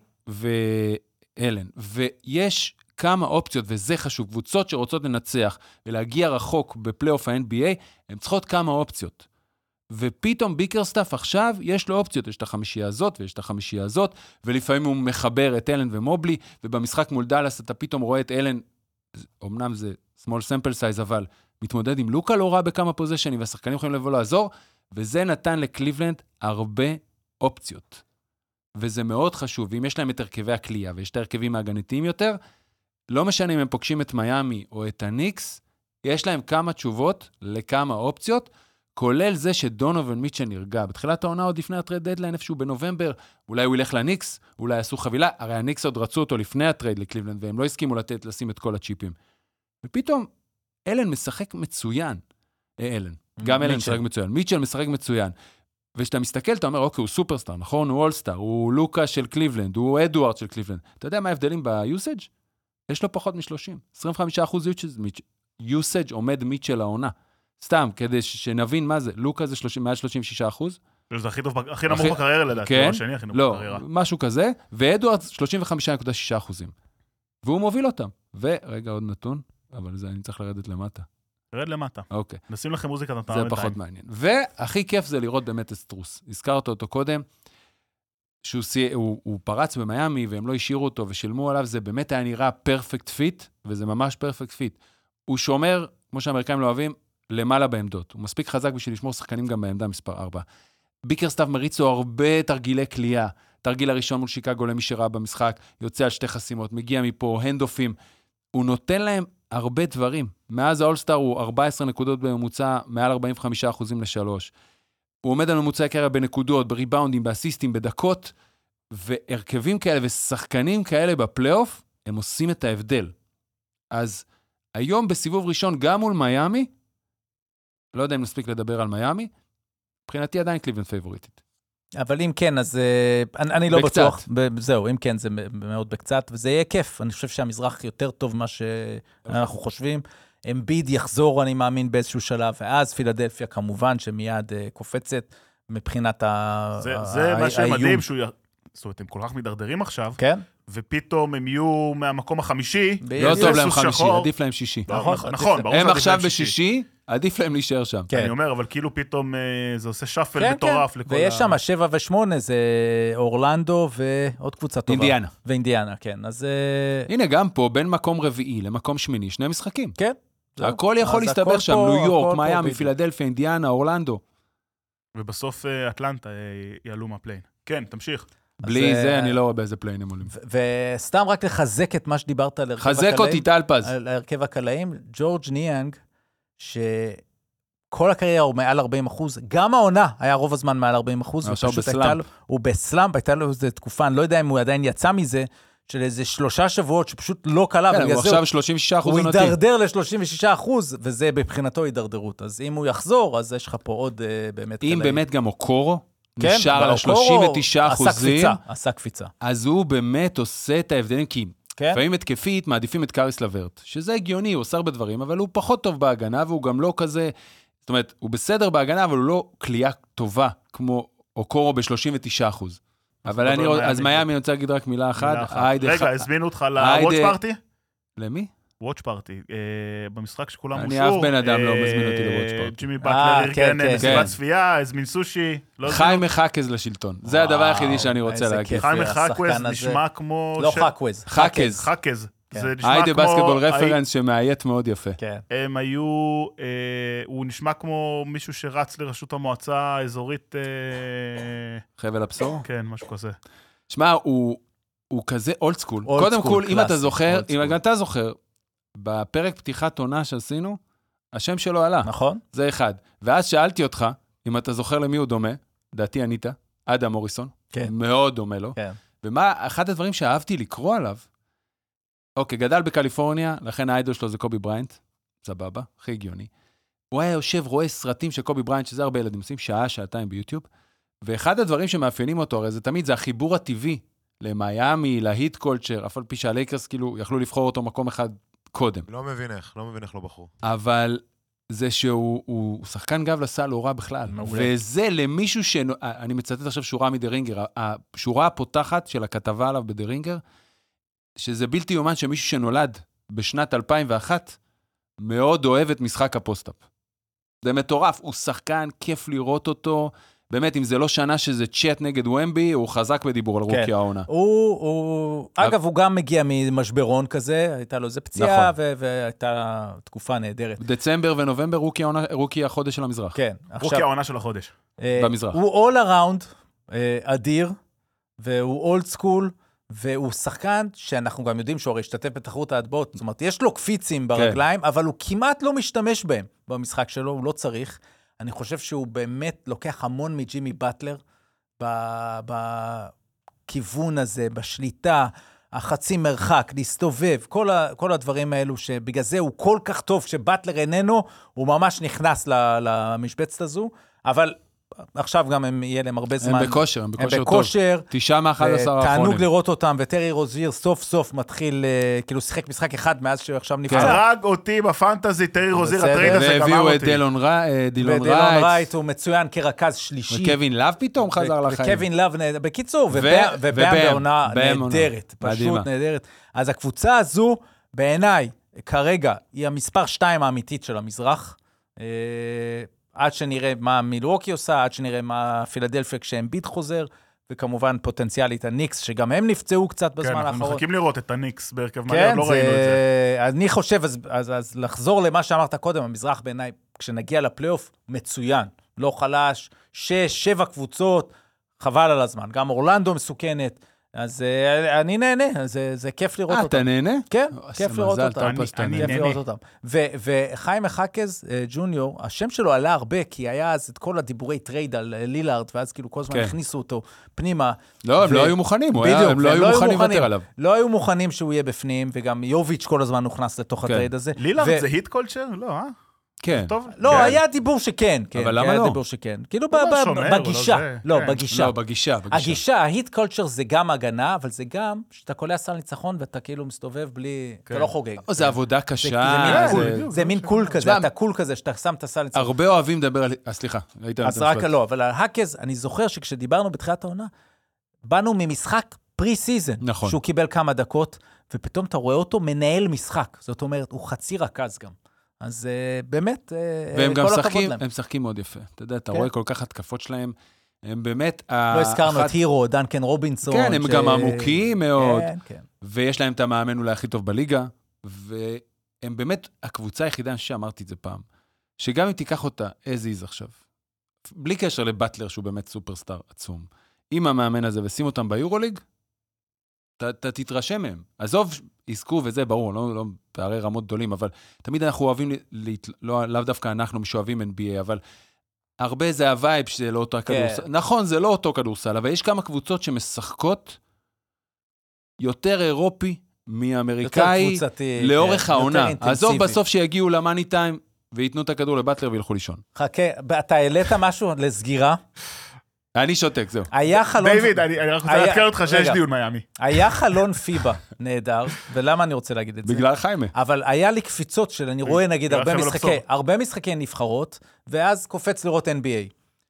S3: ואלן. ויש כמה אופציות, וזה חשוב, קבוצות שרוצות לנצח ולהגיע רחוק בפלייאוף ה-אן בי איי, הן צריכות כמה אופציות. ופתאום ביקרסטאפ עכשיו יש לו אופציות, יש את החמישייה הזאת ויש את החמישייה הזאת, ולפעמים הוא מחבר את אלן ומובלי, ובמשחק מול דלס אתה פתאום רואה את אלן, אמנם זה small sample size, אבל מתמודד עם לוקה לא רע בכמה פוזישנים, והשחקנים יכולים לבוא לעזור, וזה נתן לקליבלנד הרבה אופציות. וזה מאוד חשוב, ואם יש להם את הרכבי הקליעה, ויש את הרכבים ההגנתיים יותר, לא משנה אם הם פוגשים את מיאמי או את הניקס, יש להם כמה תשובות לכמה אופציות, כולל זה שדונובין מיטשל נרגע. בתחילת העונה עוד לפני הטרייד דדליין, איפשהו בנובמבר, אולי הוא ילך לניקס, אולי יעשו חבילה, הרי הניקס עוד רצו אותו לפני הטרייד לקליבלנד, והם לא הסכימו לתת, לשים את כל הצ'יפים. ופתאום, אלן משחק מצוין. אלן. גם אלן משחק מצוין. מיטשל משחק מצוין. וכשאתה מסתכל, אתה אומר, אוקיי, הוא סופרסטאר, נכון? הוא אולסטאר, הוא לוקה של קליבלנד, הוא אדוארד של קליבלנד. אתה יודע מה ההבדלים ביוסאג'? יש לו פחות מ-שלושים. עשרים וחמישה אחוז יוסאג' עומד מיטשל העונה. סתם, כדי שנבין מה זה. לוקה זה מעל שלושים ושישה אחוז.
S1: זה הכי טוב, הכי נמוך בקריירה לדעתי, לא השני הכי נמוך בקריירה.
S3: לא, משהו כזה, ואדוארד שלושים וחמישה נקודה שישה אחוזים. והוא מוביל אותם. ורגע, עוד נתון, אבל זה אני צריך לרדת למטה.
S1: תרד למטה.
S3: אוקיי.
S1: נשים לכם מוזיקה נתנה
S3: זה פחות מעניין. והכי כיף זה לראות באמת את סטרוס. הזכרת אותו קודם, שהוא הוא, הוא פרץ במיימי, והם לא השאירו אותו ושילמו עליו, זה באמת היה נראה פרפקט פיט, וזה ממש פרפקט פיט. הוא שומר, כמו שהאמריקאים לא אוהבים, למעלה בעמדות. הוא מספיק חזק בשביל לשמור שחקנים גם בעמדה מספר ארבע. ביקרסטאפ מריץ לו הרבה תרגילי קליעה. תרגיל הראשון מול שיקגו למי שראה במשחק, יוצא על שתי חסימות, מגיע מפה, הנדופים. הוא נותן להם הרבה דברים. מאז האולסטאר הוא ארבע עשרה נקודות בממוצע, מעל ארבעים וחמישה אחוזים לשלוש. הוא עומד על ממוצע קריירה בנקודות, בריבאונדים, באסיסטים, בדקות, והרכבים כאלה ושחקנים כאלה בפלייאוף, הם עושים את ההבדל. אז היום בסיבוב ראשון, גם מול מיאמי, לא יודע אם נספיק לדבר על מיאמי, מבחינתי עדיין קליבלנד פייבוריטית.
S2: אבל אם כן, אז אני, אני לא בטוח. זהו, אם כן, זה מאוד בקצת, וזה יהיה כיף. אני חושב שהמזרח יותר טוב ממה שאנחנו חושבים. אמביד יחזור, אני מאמין, באיזשהו שלב, ואז פילדלפיה כמובן שמיד קופצת מבחינת האיום.
S1: זה, זה מה שמדהים, שהוא, זאת אומרת, הם כל כך מדרדרים עכשיו,
S2: כן?
S1: ופתאום הם יהיו מהמקום החמישי.
S3: לא טוב להם חמישי, עדיף להם שישי.
S1: נכון, ברור.
S3: הם עכשיו בשישי, עדיף להם להישאר שם.
S1: אני אומר, אבל כאילו פתאום זה עושה שפל מטורף.
S2: ויש שם שבע ושמונה, זה אורלנדו ועוד קבוצה טובה.
S3: אינדיאנה.
S2: ואינדיאנה, כן. אז
S3: הנה, גם פה, בין מקום רביעי למקום שמיני, שני משחקים.
S2: כן.
S3: הכל יכול להסתבר שם, ניו יורק, מיאמי, פילדלפיה, אינדיאנה, אורלנדו.
S1: ובסוף אה, אטלנטה אה, יעלו מהפליין. כן, תמשיך.
S3: בלי
S2: אז,
S3: זה
S2: אה,
S3: אני לא רואה באיזה פליין הם עולים.
S2: ו- וסתם רק לחזק את מה שדיברת על הרכב הקלעים.
S3: חזק אותי טלפז.
S2: על הרכב הקלעים, ג'ורג' ניאנג, שכל הקריירה הוא מעל ארבעים אחוז, גם העונה היה רוב הזמן מעל ארבעים אחוז,
S3: עכשיו
S2: ופשוט
S3: בסלאמפ.
S2: הייתה לו- הוא בסלאמפ, הייתה לו איזו תקופה, אני לא יודע אם הוא עדיין יצא מזה, של איזה שלושה שבועות שפשוט לא קלה,
S3: כן,
S2: בגלל
S3: הוא
S2: זה
S3: עכשיו שלושים ושישה אחוז
S2: הוא
S3: עונתי.
S2: יידרדר ל-שלושים ושישה אחוז, וזה מבחינתו הידרדרות. אז אם הוא יחזור, אז יש לך פה עוד אה, באמת...
S3: אם
S2: קלעים.
S3: באמת גם אוקורו
S2: כן,
S3: נשאר על
S2: אבל
S3: ה-שלושים ותשעה
S2: אוקורו עשה
S3: אחוזים,
S2: קפיצה, עשה קפיצה.
S3: אז הוא באמת עושה את ההבדלים, כי
S2: כן?
S3: לפעמים התקפית מעדיפים את קאריס לברט, שזה הגיוני, הוא עושה הרבה דברים, אבל הוא פחות טוב בהגנה, והוא גם לא כזה, זאת אומרת, הוא בסדר בהגנה, אבל הוא לא כלייה טובה, כמו אוקורו ב-שלושים ותשעה אחוז. אבל אני,
S1: מדברים על
S3: אז
S1: מיאמי.
S3: מיאמי, אני רוצה להגיד רק מילה אחת.
S1: מילה אחת.
S3: היידה
S1: רגע,
S3: ח-
S1: הזמינו אותך
S3: היידה-
S1: לוואץ' פארטי?
S3: למי?
S1: וואץ' פארטי. אה, במשחק שכולם
S3: אני
S1: אושרו.
S3: אף בן אדם לא
S1: אה,
S3: מזמין אותי לוואץ' פארטי.
S1: ג'ימי
S2: אה,
S1: באטלר
S2: כן,
S1: ארגן
S2: כן.
S1: מסיבת
S3: כן.
S1: צפייה, הזמין סושי. לא
S3: חיים מחקז לשלטון. זה הדבר
S2: וואו,
S3: היחידי שאני רוצה
S2: איזה
S3: להגיד.
S2: כיף.
S1: חיים
S2: השחקן
S1: חקווז
S2: הזה.
S1: נשמע כמו...
S2: לא
S1: ש-
S2: חקווז.
S3: חקז.
S1: חקז.
S2: כן.
S1: זה נשמע
S3: היידה
S1: כמו...
S3: בסקטבול
S1: הי-
S3: רפרנס שמאיית מאוד יפה.
S2: כן.
S1: הם היו... אה, הוא נשמע כמו מישהו שרץ לרשות המועצה האזורית... אה,
S3: חבל הבשור?
S1: כן, משהו כזה.
S3: שמע, הוא, הוא כזה אולד סקול.
S2: אולד
S3: קודם
S2: סקול,
S3: כל, אם אתה
S2: קלאסי,
S3: זוכר,
S2: אולד
S3: אם
S2: סקול.
S3: גם אתה זוכר, בפרק פתיחת עונה שעשינו, השם שלו עלה.
S2: נכון?
S3: זה אחד. ואז שאלתי אותך, אם אתה זוכר למי הוא דומה, דעתי ענית, אדם מוריסון.
S2: כן.
S3: מאוד דומה לו.
S2: כן.
S3: ומה, אחד הדברים שאהבתי לקרוא עליו, אוקיי, גדל בקליפורניה, לכן האיידול שלו זה קובי בריינט, סבבה, הכי הגיוני. הוא היה יושב, רואה סרטים של קובי בריינט, שזה הרבה ילדים עושים, שעה, שעתיים ביוטיוב, ואחד הדברים שמאפיינים אותו, הרי זה תמיד, זה החיבור הטבעי למיימי, להיט קולצ'ר, אף על פי שהלייקרס כאילו יכלו לבחור אותו מקום אחד קודם.
S4: לא מבין איך, לא מבין איך לא בחרו.
S3: אבל זה שהוא הוא שחקן גב לסל לא רע בכלל.
S2: מעולה.
S3: וזה למישהו ש... אני מצטט עכשיו שורה מדרינגר, השורה הפותחת של הכתבה עליו בדרינגר, שזה בלתי יומן שמישהו שנולד בשנת אלפיים ואחת, מאוד אוהב את משחק הפוסט-אפ. זה מטורף, הוא שחקן, כיף לראות אותו, באמת, אם זה לא שנה שזה צ'אט נגד ומבי, הוא חזק בדיבור על
S2: כן.
S3: רוקי העונה.
S2: הוא, הוא... אגב, הוא גם מגיע ממשברון כזה, הייתה לו איזה פציעה,
S3: נכון.
S2: ו- והייתה תקופה נהדרת.
S3: דצמבר ונובמבר, רוקי, העונה, רוקי החודש של המזרח.
S2: כן,
S1: רוקי
S2: עכשיו,
S1: העונה של החודש.
S2: אה,
S3: במזרח.
S2: הוא all around, אה, אדיר, והוא אולד סקול, והוא שחקן שאנחנו גם יודעים שהוא הרי השתתף בתחרות ההטבעות, זאת אומרת, יש לו קפיצים ברגליים, כן. אבל הוא כמעט לא משתמש בהם במשחק שלו, הוא לא צריך. אני חושב שהוא באמת לוקח המון מג'ימי באטלר, בכיוון הזה, בשליטה, החצי מרחק, להסתובב, כל, ה, כל הדברים האלו, שבגלל זה הוא כל כך טוב, שבאטלר איננו, הוא ממש נכנס למשבצת הזו, אבל עכשיו גם הם יהיה להם הרבה זמן.
S3: הם בכושר, הם בכושר
S2: הם
S3: טוב.
S2: בכושר.
S3: תשעה מאחד עשר האחרונים.
S2: תענוג לראות אותם, וטרי רוזיר סוף סוף מתחיל, כאילו שיחק משחק אחד מאז שהוא עכשיו נפצע.
S1: הרג אותי בפנטזי, טרי רוזיר,
S2: בסדר.
S1: הטרייד הזה גמר
S3: והביאו את
S1: אותי.
S3: דילון רייט.
S2: ודילון רייט הוא מצוין כרכז שלישי.
S3: וקווין לאב פתאום חזר לחיים.
S2: וקווין לאב נהדר. בקיצור,
S3: ו-
S2: ובאם
S3: ובאם,
S2: בעונה
S3: באם עונה.
S2: נהדרת.
S3: מדהימה.
S2: פשוט נהדרת. אז הקבוצה הזו, בעיניי, כרגע, היא המספר שתיים האמיתית של המזרח. אה, עד שנראה מה מילווקי עושה, עד שנראה מה פילדלפיה כשאמביט חוזר, וכמובן פוטנציאלית הניקס, שגם הם נפצעו קצת בזמן
S1: כן, אנחנו
S2: האחרון.
S1: מחכים לראות את הניקס בהרכב מלא,
S2: כן,
S1: לא ראינו את זה.
S2: אני חושב, אז, אז, אז לחזור למה שאמרת קודם, המזרח בעיניי, כשנגיע לפלייאוף, מצוין. לא חלש, שש, שבע קבוצות, חבל על הזמן. גם אורלנדו מסוכנת, אז uh, אני נהנה, זה, זה כיף לראות
S3: אה,
S2: אותם.
S3: אתה נהנה?
S2: כן,
S3: עושה
S2: כיף
S3: מזל,
S2: לראות אותם.
S3: טלפז, אתה
S1: אני-
S3: נהנה.
S2: כיף
S1: נהנה.
S2: לראות אותם. ו- וחיים מחקז, אה, ג'וניור, השם שלו עלה הרבה, כי היה אז את כל הדיבורי טרייד על אה, לילארד, ואז כאילו כל הזמן
S3: כן.
S2: הכניסו אותו פנימה.
S3: לא, הם
S2: ו-
S3: לא היו מוכנים, הוא היה-
S2: בדיוק,
S3: הם לא
S2: והם
S3: היו מוכנים לוותר עליו.
S2: לא היו מוכנים שהוא יהיה בפנים, וגם יוביץ' כל הזמן הוכנס לתוך
S3: כן.
S2: הטרייד הזה.
S1: לילארד
S2: ו-
S1: זה היט קולצ'ר? לא, אה?
S3: כן.
S1: טוב.
S2: לא,
S1: כן.
S2: היה דיבור שכן, כן.
S3: אבל למה
S2: היה
S3: לא?
S2: דיבור שכן. כאילו
S1: הוא
S2: ב-
S1: לא
S2: ב-
S1: שומר, הוא לא
S2: בגישה.
S1: זה,
S2: לא,
S1: כן.
S2: בגישה.
S3: לא, בגישה, בגישה.
S2: הגישה, ההיט קולצ'ר זה גם הגנה, אבל זה גם שאתה קולע סל ניצחון ואתה כאילו מסתובב בלי, אתה
S1: כן.
S2: לא חוגג.
S3: או, זה עבודה
S2: זה-
S3: קשה.
S2: זה מין
S3: זה-
S2: קול,
S1: בדיוק,
S2: זה
S1: זה
S2: מין
S1: מה
S2: קול
S1: שאני-
S2: כזה,
S3: שמע,
S2: אתה קול כזה, שאתה שם את הסל ניצחון.
S3: הרבה אוהבים לדבר על... אה, סליחה, היית...
S2: אז
S3: נותן
S2: רק
S3: משפט.
S2: לא, אבל על הקז, אני זוכר שכשדיברנו בתחילת העונה, באנו ממשחק פרי סיזן,
S3: נכון.
S2: שהוא קיבל כמה דקות, ופתאום אתה רואה אותו מנהל משחק. זאת אומרת, הוא חצי רכז גם. אז uh, באמת, uh,
S3: והם גם
S2: כל הכבוד
S3: משחקים,
S2: להם.
S3: הם משחקים מאוד יפה. אתה יודע, אתה
S2: כן.
S3: רואה כל כך התקפות שלהם, הם באמת...
S2: לא הזכרנו את הירו, דנקן רובינסון.
S3: כן, הם
S2: ש-
S3: גם עמוקים מאוד,
S2: כן, כן.
S3: ויש להם את המאמן אולי הכי טוב בליגה, והם באמת הקבוצה היחידה, אני חושב שאמרתי את זה פעם, שגם אם תיקח אותה as is עכשיו, בלי קשר לבטלר, שהוא באמת סופרסטאר עצום. עם המאמן הזה, ושים אותם ביורוליג, אתה תתרשם מהם. עזוב, עסקו וזה, ברור, לא, לא פערי רמות גדולים, אבל תמיד אנחנו אוהבים, להת... לא, לאו דווקא אנחנו משואבים אן בי איי, אבל הרבה זה הווייב שזה לא אותו כדורסל. כן. נכון, זה לא אותו כדורסל, אבל יש כמה קבוצות שמשחקות יותר אירופי מאמריקאי לאורך העונה. עזוב בסוף שיגיעו למאני טיים ויתנו את הכדור לבטלר וילכו לישון.
S2: חכה, אתה העלית משהו לסגירה?
S3: אני שותק, זהו.
S2: היה חלון...
S1: דיוויד, אני רק רוצה להתקר אותך שיש דיון מיאמי.
S2: היה חלון פיבה נהדר, ולמה אני רוצה להגיד את זה?
S3: בגלל חיימה.
S2: אבל היה לי קפיצות של, אני רואה נגיד הרבה משחקי, הרבה משחקי נבחרות, ואז קופץ לראות אן בי איי.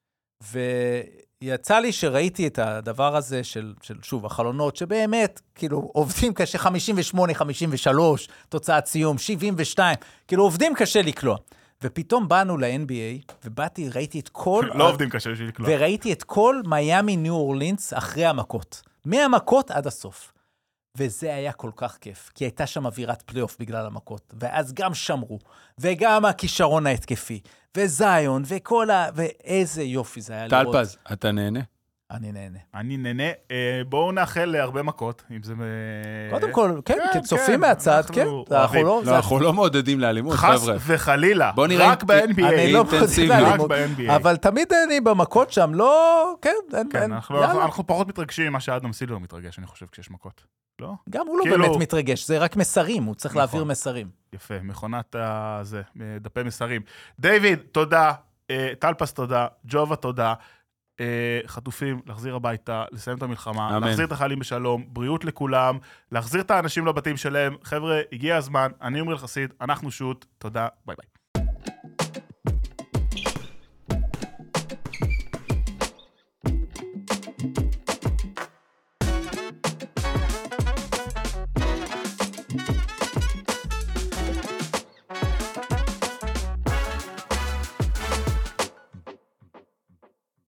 S2: ויצא לי שראיתי את הדבר הזה של, של שוב, החלונות, שבאמת, כאילו, עובדים קשה, חמישים ושמונה חמישים ושלוש, תוצאת סיום, שבעים ושתיים, כאילו, עובדים קשה לקלוע. ופתאום באנו ל-אן בי איי, ובאתי, ראיתי את כל...
S1: לא עובדים קשה בשביל לקלוע.
S2: וראיתי את כל מיאמי ניו אורלינס אחרי המכות. מהמכות עד הסוף. וזה היה כל כך כיף, כי הייתה שם אווירת פלייאוף בגלל המכות, ואז גם שמרו, וגם הכישרון ההתקפי, וזיון, וכל ה... ואיזה יופי זה היה לראות.
S3: טלפז, אתה נהנה?
S2: אני נהנה.
S1: אני נהנה. בואו נאחל להרבה מכות, אם זה...
S2: קודם כל, כן, כצופים מהצד, כן.
S3: אנחנו לא מעודדים לאלימות,
S1: חבר'ה. חס וחלילה, רק ב-אן בי איי.
S2: אני לא מעודד לאלימות, אבל תמיד אני במכות שם, לא... כן, אין...
S1: אנחנו פחות מתרגשים ממה שאדם סילבר מתרגש, אני חושב, כשיש מכות. לא?
S2: גם הוא לא באמת מתרגש, זה רק מסרים, הוא צריך להעביר מסרים.
S1: יפה, מכונת הזה, דפי מסרים. דיוויד, תודה. טלפס, תודה. ג'ובה, תודה. חטופים, להחזיר הביתה, לסיים את המלחמה, אמן. להחזיר את החיילים בשלום, בריאות לכולם, להחזיר את האנשים לבתים שלהם. חבר'ה, הגיע הזמן, אני אומר לחסיד, אנחנו שוט, תודה, ביי ביי.